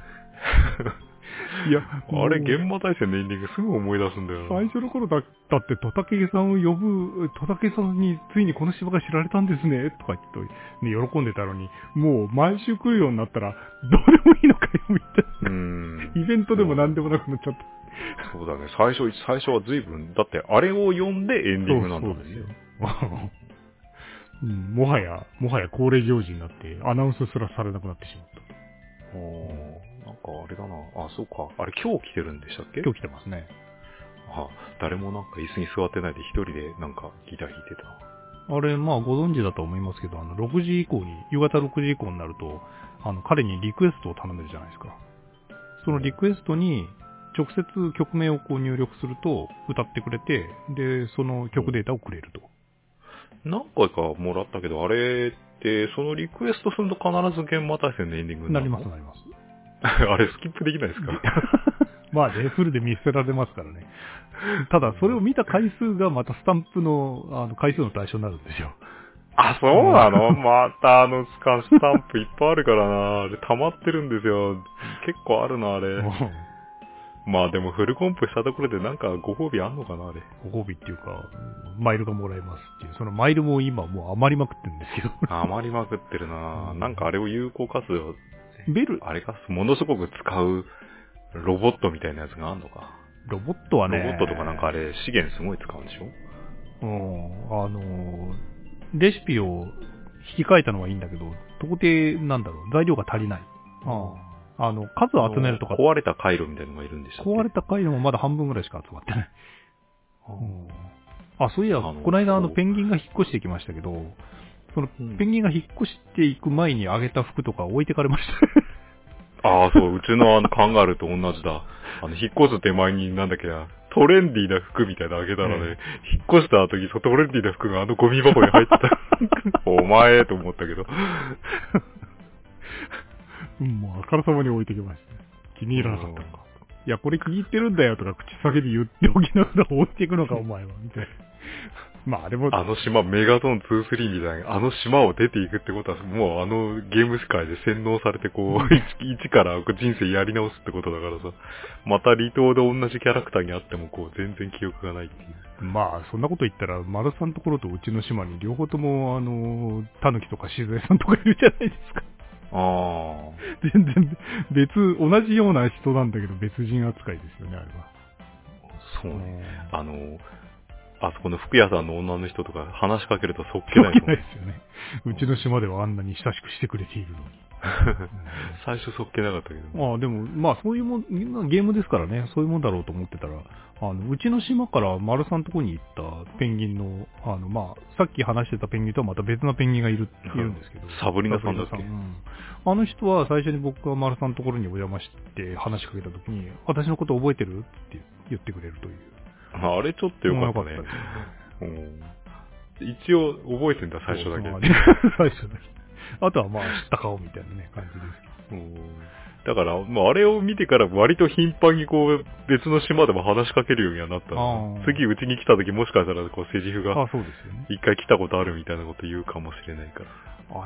いや、あれ、現場対戦のエンディングすぐ思い出すんだよな。 最初の頃だってトタケさんを呼ぶ、トタケさんについにこの芝が知られたんですね、とか言って、喜んでたのに、もう毎週来るようになったら、どうでもいいのかよ、みたいな。イベントでも何でもなくなっちゃった。 そうだね、最初は随分、だってあれを呼んでエンディングなんだもんね。 もはや恒例行事になって、アナウンスすらされなくなってしまった。 なんかあれだな。あ、そうか。あれ今日来てるんでしたっけ？ 今日来てますね。 誰もなんか椅子に座ってないで一人でなんかギター弾いてた。 あれ、ご存知だと思いますけど、6時以降に、夕方6時以降になると、彼にリクエストを頼めるじゃないですか。そのリクエストに、直接曲名を入力すると、歌ってくれて、で、その曲データをくれると。 何回かもらったけど、あれって、そのリクエストすると必ず現場対戦のエンディングになるの？ なります。 あれスキップできないですか？ フルで見捨てられますからね。ただ、それを見た回数がまたスタンプの、回数の対象になるんですよ。 あ、そうなの？またスタンプいっぱいあるからな。あれ溜まってるんですよ。結構あるな、あれ。でもフルコンプしたところでなんかご褒美あんのかな、あれ。 ご褒美っていうか、マイルがもらえますっていう。そのマイルも今もう余りまくってるんですけど。 余りまくってるな。なんかあれを有効活用。あれか、ものすごく使うロボットみたいなやつがあんのか。 ロボットはね。 ロボットとかなんかあれ資源すごい使うんでしょ？ レシピを引き換えたのはいいんだけど、到底材料が足りない。数を集めるとか。 壊れた回路みたいなのがいるんでしたっけ？ 壊れた回路もまだ半分ぐらいしか集まってない。そういや、この間ペンギンが引っ越してきましたけど、そのペンギンが引っ越していく前にあげた服とか置いてかれました。 そう、うちのカンガルーと同じだ。引っ越す手前にトレンディーな服みたいなのあげたらね、引っ越した後にトレンディーな服がゴミ箱に入ってた。お前と思ったけど。 もうあからさまに置いてきました。気に入らなかったのか。いや、これ気に入ってるんだよとか口先で言っておきながら置いていくのか、お前は。みたいな。でも。 島、メガトン2-3みたいな、島を出ていくってことは、もうゲーム世界で洗脳されて一から人生やり直すってことだからさ、また離島で同じキャラクターにあっても全然記憶がないっていう。 そんなこと言ったら、丸さんのところとうちの島に両方とも、タヌキとか静江さんとかいるじゃないですか。全然、同じような人なんだけど別人扱いですよね、あれは。 そうね。 あそこの服屋さんの女の人とか話しかけるとそっけないもん。 ないですよね。うちの島ではあんなに親しくしてくれているのに。 最初そっけなかったけど。 まあでも、まあそういうもん、ゲームですからね、そういうもんだろうと思ってたら、うちの島から丸さんのとこに行ったペンギンの、まあ、さっき話してたペンギンとはまた別のペンギンがいるんですけど。 サブリナさんだっけ？ あの人は最初に僕が丸さんのところにお邪魔して話しかけたときに、私のこと覚えてるって言ってくれるという。 あれちょっとよかったね。一応覚えてんだ、最初だけ。 最初だけ。あとはまあ知った顔みたいなね、感じですけど。だから、まああれを見てから割と頻繁にこう、別の島でも話しかけるようにはなったの。次うちに来た時もしかしたらこう、セリフが、 そうですよね。 一回来たことあるみたいなこと言うかもしれないから。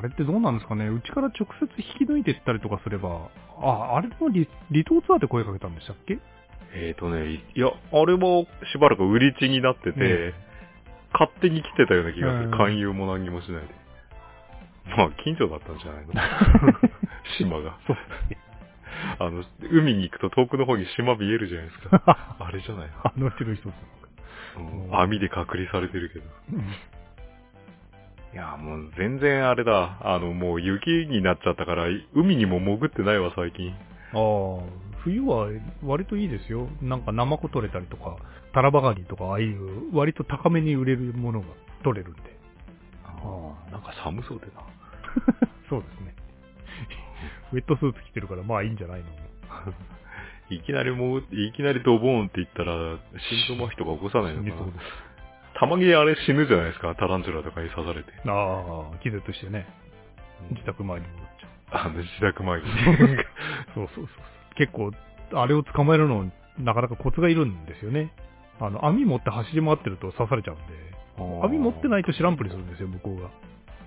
あれってどうなんですかね、うちから直接引き抜いていったりとかすれば、あれも離島ツアーで声かけたんでしたっけ？ いや、あれもしばらく売り地になってて、勝手に来てたような気がする。勧誘も何もしないで。まあ、近所だったんじゃないの島が。 そうですね。 海に行くと遠くの方に島見えるじゃないですか。あれじゃないのうちの一つ。 網で隔離されてるけど。いや、もう全然あれだ。もう雪になっちゃったから、海にも潜ってないわ、最近。 冬は割といいですよ。なんかナマコ取れたりとか、タラバガニとか、ああいう割と高めに売れるものが取れるんで。 なんか寒そうでな。 そうですね。ウェットスーツ着てるからまあいいんじゃないのいきなりドボーンって言ったら、心臓麻痺とか起こさないのかな。そうです。たまにあれ死ぬじゃないですか、タランチュラとかに刺されて。 気絶してね。自宅前に戻っちゃう。 自宅前に。 そう。結構、あれを捕まえるの、なかなかコツがいるんですよね。網持って走り回ってると刺されちゃうんで、網持ってないと知らんぷりするんですよ、向こうが。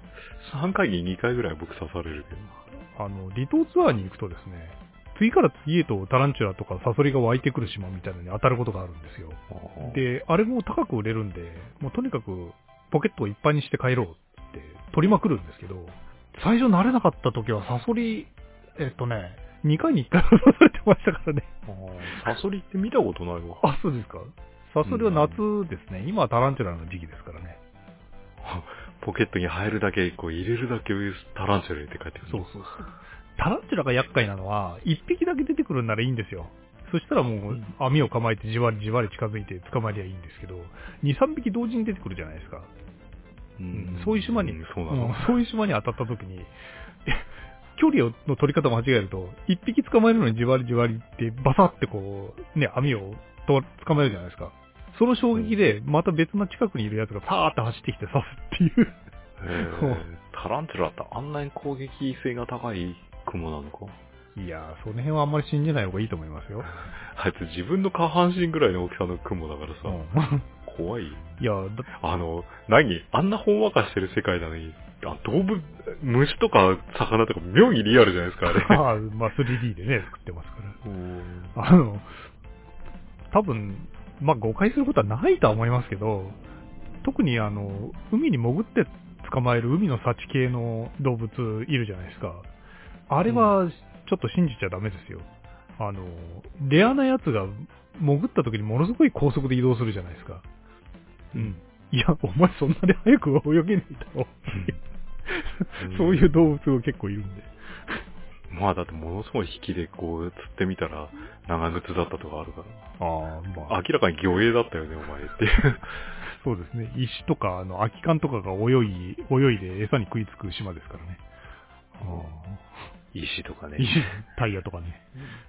3回に2回ぐらい僕刺されるけど。 離島ツアーに行くとですね、次から次へとタランチュラとかサソリが湧いてくる島みたいなのに当たることがあるんですよ。で、あれも高く売れるんで、もうとにかくポケットをいっぱいにして帰ろうって取りまくるんですけど、最初慣れなかった時はサソリ、2回に1回刺されてましたからね。 サソリって見たことないわ。 そうですか。サソリは夏ですね。今はタランチュラの時期ですからね。 ポケットに入るだけ、こう入れるだけタランチュラ入れて帰ってくる。 そう。タランチュラが厄介なのは、1匹だけ出てくるならいいんですよ。そしたらもう網を構えてじわりじわり近づいて捕まりゃいいんですけど、2、3匹同時に出てくるじゃないですか。そういう島に当たった時に、距離の取り方間違えると、1匹捕まえるのにじわりじわりってバサってこう、ね、網を捕まえるじゃないですか。その衝撃で、また別の近くにいるやつがパーって走ってきて刺すっていう。 タランチュラってあんなに攻撃性が高い雲なのか？ いやー、その辺はあんまり信じない方がいいと思いますよ。 あいつ自分の下半身ぐらいの大きさの雲だからさ、怖い。 いや、 あんなほんわかしてる世界なのに、虫とか魚とか妙にリアルじゃないですか、あれ。 まあ 3D でね、作ってますから。多分、まあ誤解することはないとは思いますけど、特に海に潜って捕まえる海の幸系の動物いるじゃないですか。あれはちょっと信じちゃダメですよ。レアなやつが潜った時にものすごい高速で移動するじゃないですか。いや、お前そんなに早く泳げねえだろ。そういう動物が結構いるんで。 まあだってものすごい引きでこう釣ってみたら長靴だったとかあるから。明らかに魚影だったよね、お前っていう。 そうですね。石とか、空き缶とかが泳いで餌に食いつく島ですからね。 石とかね。 タイヤとかね。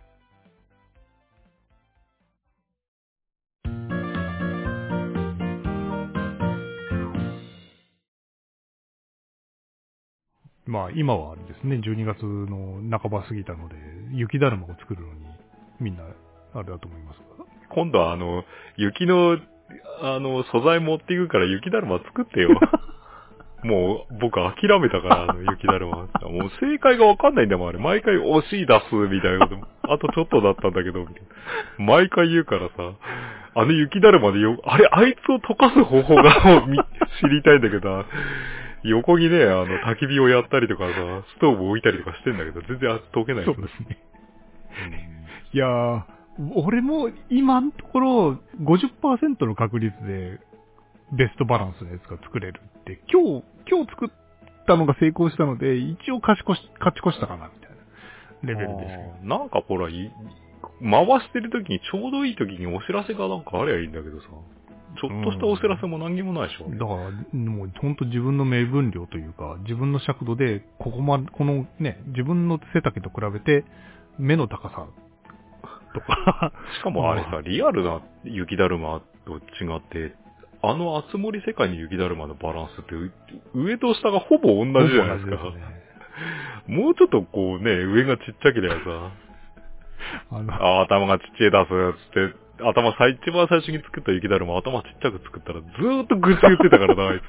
まあ今はあれですね、12月の半ば過ぎたので、雪だるまを作るのにみんなあれだと思いますが。 今度は雪の素材持っていくから雪だるま作ってよ。もう僕諦めたから雪だるま。もう正解がわかんないんだもん、あれ。毎回惜しい出すみたいなこと。あとちょっとだったんだけど、みたいな。毎回言うからさ、雪だるまであいつを溶かす方法が知りたいんだけど、横にね、焚き火をやったりとかさ、ストーブ置いたりとかしてんだけど、全然溶けない。 そうですね。いやー、俺も今のところ 50% の確率でベストバランスのやつが作れるって、今日作ったのが成功したので、一応勝ち越したかな、みたいなレベルですけど。 なんかほら、回してる時にちょうどいい時にお知らせがなんかありゃいいんだけどさ。ちょっとしたお知らせも何にもないでしょ。 だから、もう本当自分の目分量というか、自分の尺度で、このね、自分の背丈と比べて、目の高さとか。 しかもあれさ、リアルな雪だるまと違って、あの厚森世界の雪だるまのバランスって、上と下がほぼ同じじゃないですか。 ほぼ同じですね。 もうちょっとこうね、上がちっちゃければさ、頭がちっちゃい出す、つって、一番最初に作った雪だるま頭ちっちゃく作ったらずーっと愚痴言ってたからな、あいつ。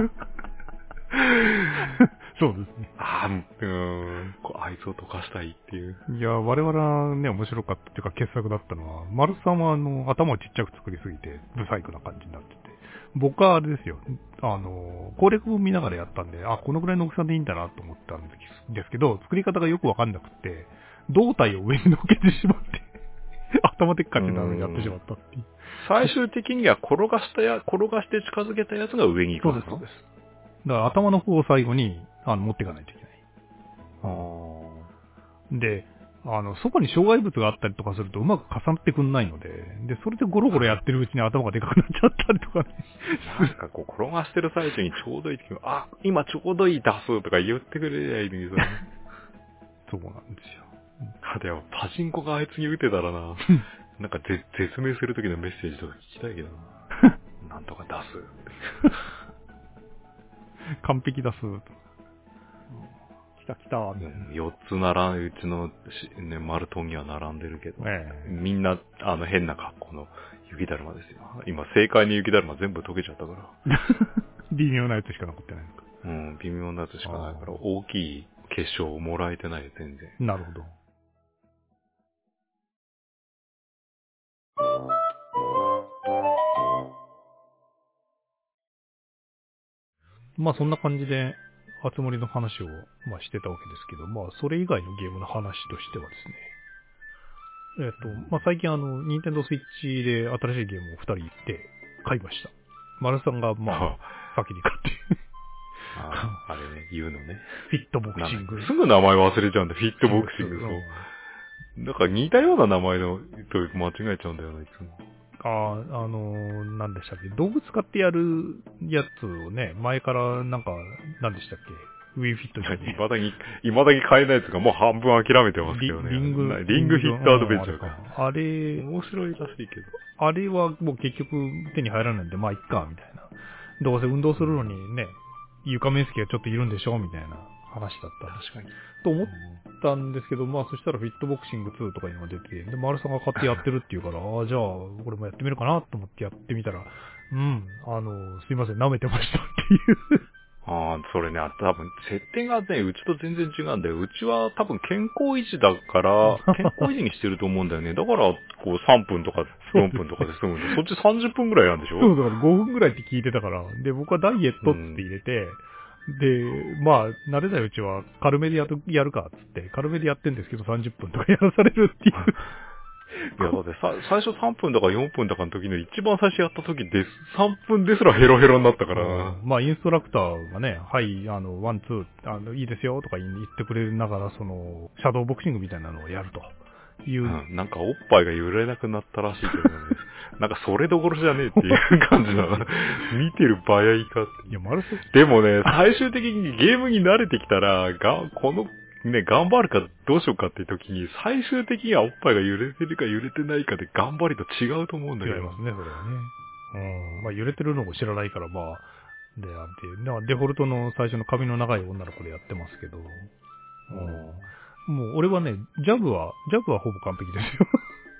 そうですね。 あいつを溶かしたいっていう。 いや、我々はね、面白かったっていうか傑作だったのは、丸さんは頭をちっちゃく作りすぎて、ブサイクな感じになってて。僕はあれですよ、攻略本見ながらやったんで、このぐらいの大きさでいいんだなと思ったんですけど、作り方がよくわかんなくて、胴体を上に乗っけてしまって、頭でっかちなのにやってしまったっていう。 最終的には転がして近づけたやつが上に行くの。 そうです。だから頭の方を最後に、持っていかないといけない。で、そこに障害物があったりとかするとうまく重なってくんないので、それでゴロゴロやってるうちに頭がでかくなっちゃったりとかね。 なんかこう転がしてる最中にちょうどいい時に、今ちょうどいい出すとか言ってくれりゃいいのにさ。 そうなんですよ。 でもパチンコがあいつに打てたらな、なんか絶命する時のメッセージとか聞きたいけどな。なんとか出す。 完璧出す。来たみたいな。 4つうちの丸トンには並んでるけど、みんな変な格好の雪だるまですよ。今正解に雪だるま全部溶けちゃったから。 微妙なやつしか残ってないのか。 微妙なやつしかないから、大きい結晶をもらえてないよ、全然。 なるほど。まあそんな感じで、あつ森の話を、してたわけですけど、それ以外のゲームの話としてはですね、最近ニンテンドースイッチで新しいゲームを2人で買いました。丸さんが、先に買って。 あれね、言うのね。 フィットボクシング。 すぐ名前忘れちゃうんだ、フィットボクシング。そう。だから似たような名前のと間違えちゃうんだよな、いつも。 何でしたっけ、動物買ってやるやつをね、前から何でしたっけ、ウィーフィットに。 未だに買えないやつがもう半分諦めてますけどね。リングフィットアドベンチャーか。 あれ、 面白いらしいけど。 あれはもう結局手に入らないんで、いっか、みたいな。どうせ運動するのにね、床面積がちょっといるんでしょみたいな話だった。 確かに。 と思ったんですけど、そしたらフィットボクシング2とかいうのが出て、で、丸さんが買ってやってるっていうから、じゃあ、これもやってみるかなと思ってやってみたら、すいません、舐めてましたっていう。 それね、多分、設定がね、うちと全然違うんだよ。うちは多分健康維持だから、健康維持にしてると思うんだよね。だから、3分とか4分とかで済むんで、そっち30分くらいなんでしょ？ そう、だから5分くらいって聞いてたから、で、僕はダイエットって入れて、で、慣れないうちは軽めでやるかっつって、軽めでやってんですけど30分とかやらされるっていう。 いや、だって最初3分だか4分だかの時の一番最初やった時です、3分ですらヘロヘロになったからな。 インストラクターがね、はい、ワン、ツー、いいですよとか言ってくれながら、シャドーボクシングみたいなのをやるという。 なんかおっぱいが揺れなくなったらしいけどね。なんかそれどころじゃねえっていう感じだな。見てる場合かって。 いや、 でもね、最終的にゲームに慣れてきたら、頑張るかどうしようかっていう時に、最終的にはおっぱいが揺れてるか揺れてないかで頑張りと違うと思うんだけど。 違いますね、それはね。揺れてるのも知らないから、デフォルトの最初の髪の長い女の子でやってますけど。もう俺はね、ジャブはほぼ完璧ですよ。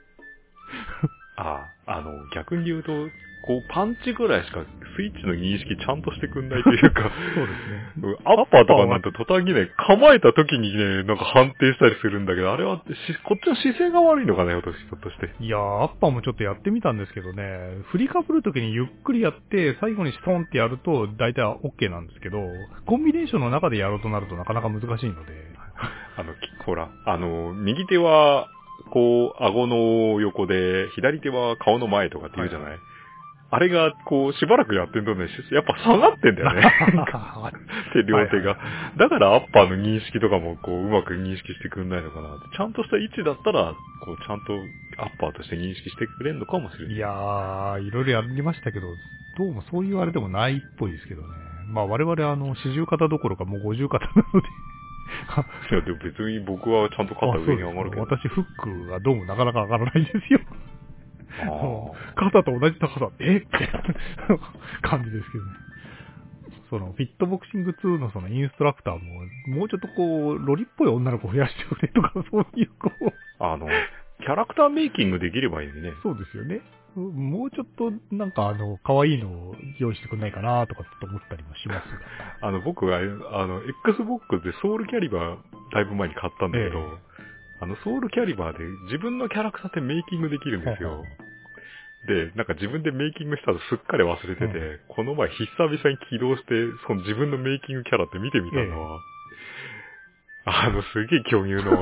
逆に言うと、パンチぐらいしかスイッチの認識ちゃんとしてくんないというか、 そうですね。 アッパーとかになると途端にね、構えた時にね、なんか判定したりするんだけど、あれはこっちの姿勢が悪いのかな、ひょっとして。 いやー、アッパーもちょっとやってみたんですけどね、振りかぶる時にゆっくりやって、最後にストンってやると、大体 OK なんですけど、コンビネーションの中でやろうとなるとなかなか難しいので。 ほら、右手は、顎の横で、左手は顔の前とかって言うじゃない？ あれが、こう、しばらくやってんとね、やっぱ下がってんだよね。両手が。だからアッパーの認識とかも、こう、うまく認識してくんないのかな。ちゃんとした位置だったら、こう、ちゃんとアッパーとして認識してくれんのかもしれない。 いやー、いろいろやりましたけど、どうもそういうあれでもないっぽいですけどね。まあ我々40肩どころかもう50肩なので。 いや、でも別に僕はちゃんと肩上に上がるけど。 私フックがどうもなかなか上がらないんですよ。肩と同じ高さ、って感じですけどね。その、フィットボクシング2のそのインストラクターも、もうちょっとこう、ロリっぽい女の子増やしてくれとか、そういうこう。 キャラクターメイキングできればいいのにね。 そうですよね。もうちょっと、なんか可愛いのを用意してくんないかなとかって思ったりもしますが。僕が、Xbox でソウルキャリバーだいぶ前に買ったんだけど、ソウルキャリバーで自分のキャラクターってメイキングできるんですよ。で、なんか自分でメイキングしたとすっかり忘れてて、この前久々に起動して、その自分のメイキングキャラって見てみたのは、すげえ巨乳の、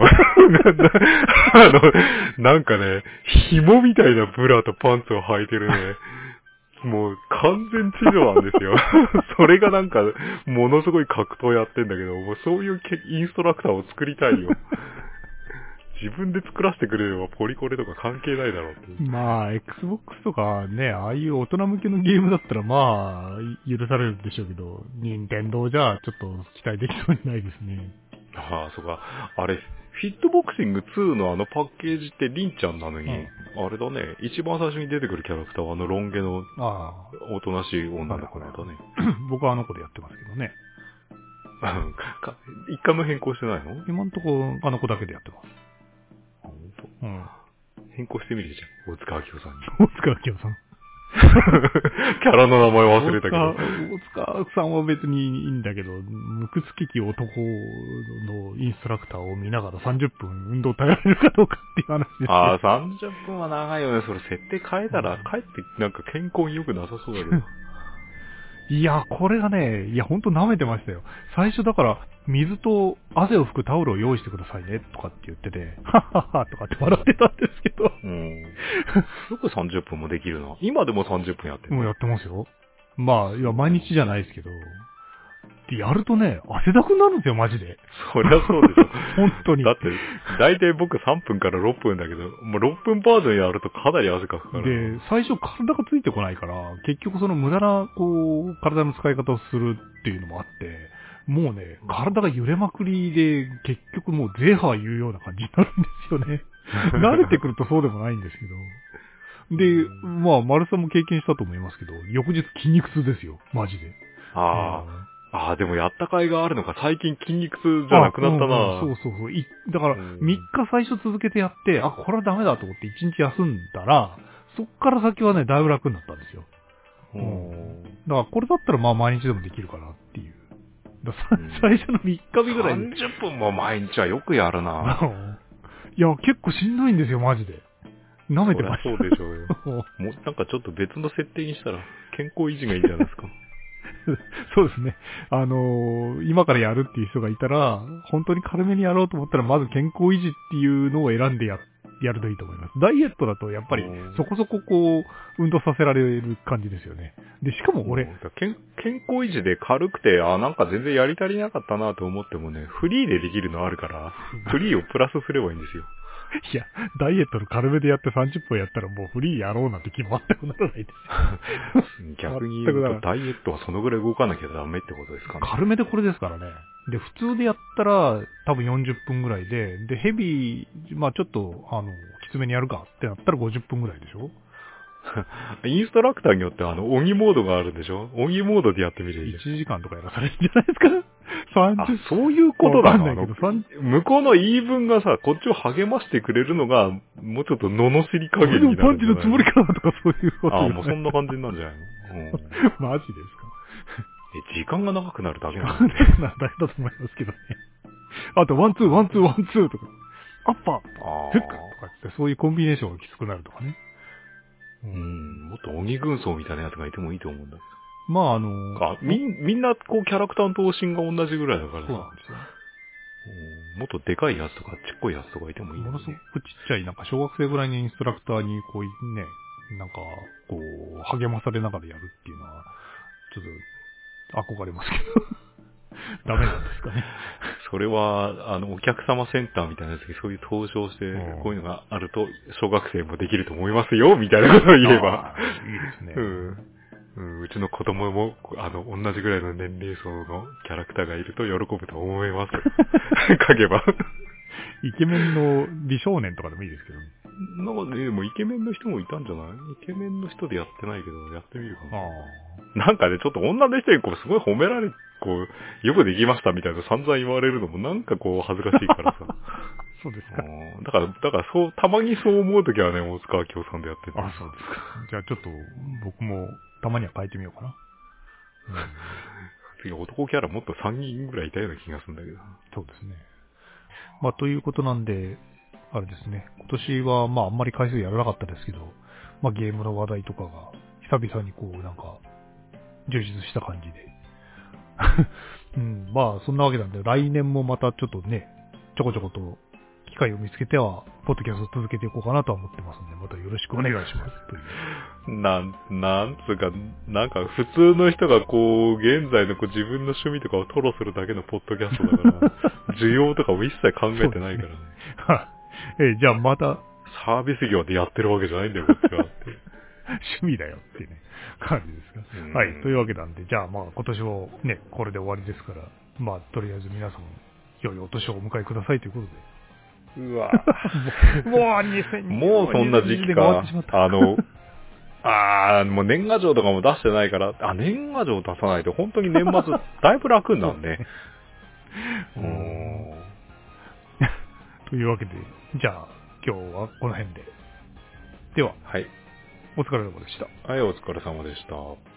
なんかね、紐みたいなブラとパンツを履いてるね、もう完全知女なんですよ。それがなんか、ものすごい格闘やってんだけど、もうそういうインストラクターを作りたいよ。自分で作らせてくれればポリコレとか関係ないだろうって。 まあ、Xbox とかね、ああいう大人向けのゲームだったらまあ、許されるんでしょうけど、任天堂じゃちょっと期待できそうにないですね。 ああ、そうか。あれ、フィットボクシング2のパッケージってリンちゃんなのに、あれだね、一番最初に出てくるキャラクターはロン毛の、おとなしい女の子なんだね。 僕はあの子でやってますけどね。 一回も変更してないの？ 今んとこあの子だけでやってます。 あ、ほんと？変更してみるじゃん、大塚明夫さんに。 大塚明夫さん。 キャラの名前忘れたけど。 大塚さんは別にいいんだけど、無屈危機男のインストラクターを見ながら30分運動耐えられるかどうかっていう話ですよ。 ああ、30分は長いよね。それ設定変えたら、かえってなんか健康に良くなさそうだけど。 いや、これがね、いや、ほんと舐めてましたよ。最初だから、水と汗を拭くタオルを用意してくださいね、とかって言ってて、はっはっはとかって笑ってたんですけど。よく30分もできるな。今でも30分やってる。 もうやってますよ。まあ、いや、毎日じゃないですけど。で、やるとね、汗だくになるんですよ、マジで。 そりゃそうでしょ。 本当に。 だって、だいたい僕3分から6分だけど、もう6分バージョンやるとかなり汗かくから。 で、最初体がついてこないから、結局その無駄な、こう、体の使い方をするっていうのもあって、もうね、体が揺れまくりで、結局もうゼーハー言うような感じになるんですよね。慣れてくるとそうでもないんですけど。で、まあ、丸さんも経験したと思いますけど、翌日筋肉痛ですよ、マジで。 ああ、でもやった甲斐があるのか、最近筋肉痛じゃなくなったな。 そう。だから、3日最初続けてやって、あ、これはダメだと思って1日休んだら、そっから先はね、だいぶ楽になったんですよ。だからこれだったらまあ毎日でもできるかなっていう。最初の3日目ぐらい。 30分も毎日はよくやるな。 いや、結構しんどいんですよ、マジで。舐めてました。 そうでしょうよ。もうなんかちょっと別の設定にしたら健康維持がいいんじゃないですか。 そうですね。今からやるっていう人がいたら、本当に軽めにやろうと思ったら、まず健康維持っていうのを選んでやるといいと思います。ダイエットだとやっぱりそこそここう、運動させられる感じですよね。で、しかも俺、 健康維持で軽くて、なんか全然やり足りなかったなと思ってもね、フリーでできるのあるから、フリーをプラスすればいいんですよ。 いや、ダイエットの軽めでやって30分やったらもうフリーやろうなんて気も全くならないですよ。 逆に言うとダイエットはそのぐらい動かなきゃダメってことですかね。 軽めでこれですからね。で、普通でやったら多分40分ぐらいで、で、ヘビー、まあちょっと、きつめにやるかってなったら50分ぐらいでしょ。 インストラクターによって鬼モードがあるんでしょ。鬼モードでやってみる。 1時間とかやらされるんじゃないですか。 そういうことだな。 向こうの言い分がさ、こっちを励ましてくれるのが、もうちょっと罵り加減になる。 パンチのつもりかなとかそういうこと。 もうそんな感じになるんじゃないの？ マジですか。 時間が長くなるだけなんだ。長くなるだけだと思いますけどね。あと、ワンツーとか、アッパー、フックとかって、そういうコンビネーションがきつくなるとかね。 もっと鬼軍曹みたいなやつがいてもいいと思うんだけど。 まあみんなこうキャラクターの頭身が同じぐらいだからさ。 そうなんですよ。 もっとでかいやつとかちっこいやつとかいてもいい、ね。 ものすごくちっちゃい、なんか小学生ぐらいのインストラクターにこうね、 なんか、こう、励まされながらやるっていうのは、ちょっと、憧れますけど。ダメなんですかね。 それは、お客様センターみたいなやつにそういう登場して、こういうのがあると、小学生もできると思いますよ、みたいなことを言えば。 いいですね。 うちの子供も、同じぐらいの年齢層のキャラクターがいると喜ぶと思います。書けば。 イケメンの美少年とかでもいいですけどね。 なんかね、でもイケメンの人もいたんじゃない？イケメンの人でやってないけど、やってみるかな。なんかね、ちょっと女の人にこう、すごい褒められ、こう、よくできましたみたいな散々言われるのもなんかこう、恥ずかしいからさ。 そうですか。 だからそう、たまにそう思うときはね、大塚明夫さんでやってる。 あ、そうですか。じゃあちょっと、僕も、たまには変えてみようかな。 次、男キャラもっと3人ぐらいいたような気がするんだけど。 そうですね。まあ、ということなんで、あれですね。今年は、まあ、あんまり回数やらなかったですけど、まあ、ゲームの話題とかが、久々にこう、なんか、充実した感じで。うん、まあ、そんなわけなんで、来年もまたちょっとね、ちょこちょこと機会を見つけては、ポッドキャストを続けていこうかなとは思ってますんで、またよろしくお願いします。という。 なんつうか、なんか普通の人がこう、現在のこう自分の趣味とかを吐露するだけのポッドキャストだから、需要とかも一切考えてないからね。 じゃあまた、 サービス業でやってるわけじゃないんだよ、こっちは。 趣味だよっていうね、感じですか。はい。というわけなんで、じゃあまあ今年もね、これで終わりですから、まあとりあえず皆さん、良いお年をお迎えくださいということで。 うわもう2020 もうそんな時期か。もう年賀状とかも出してないから、年賀状出さないと本当に年末だいぶ楽になるね。 というわけで、じゃあ今日はこの辺で。では、 はい。 お疲れ様でした。 はい、お疲れ様でした。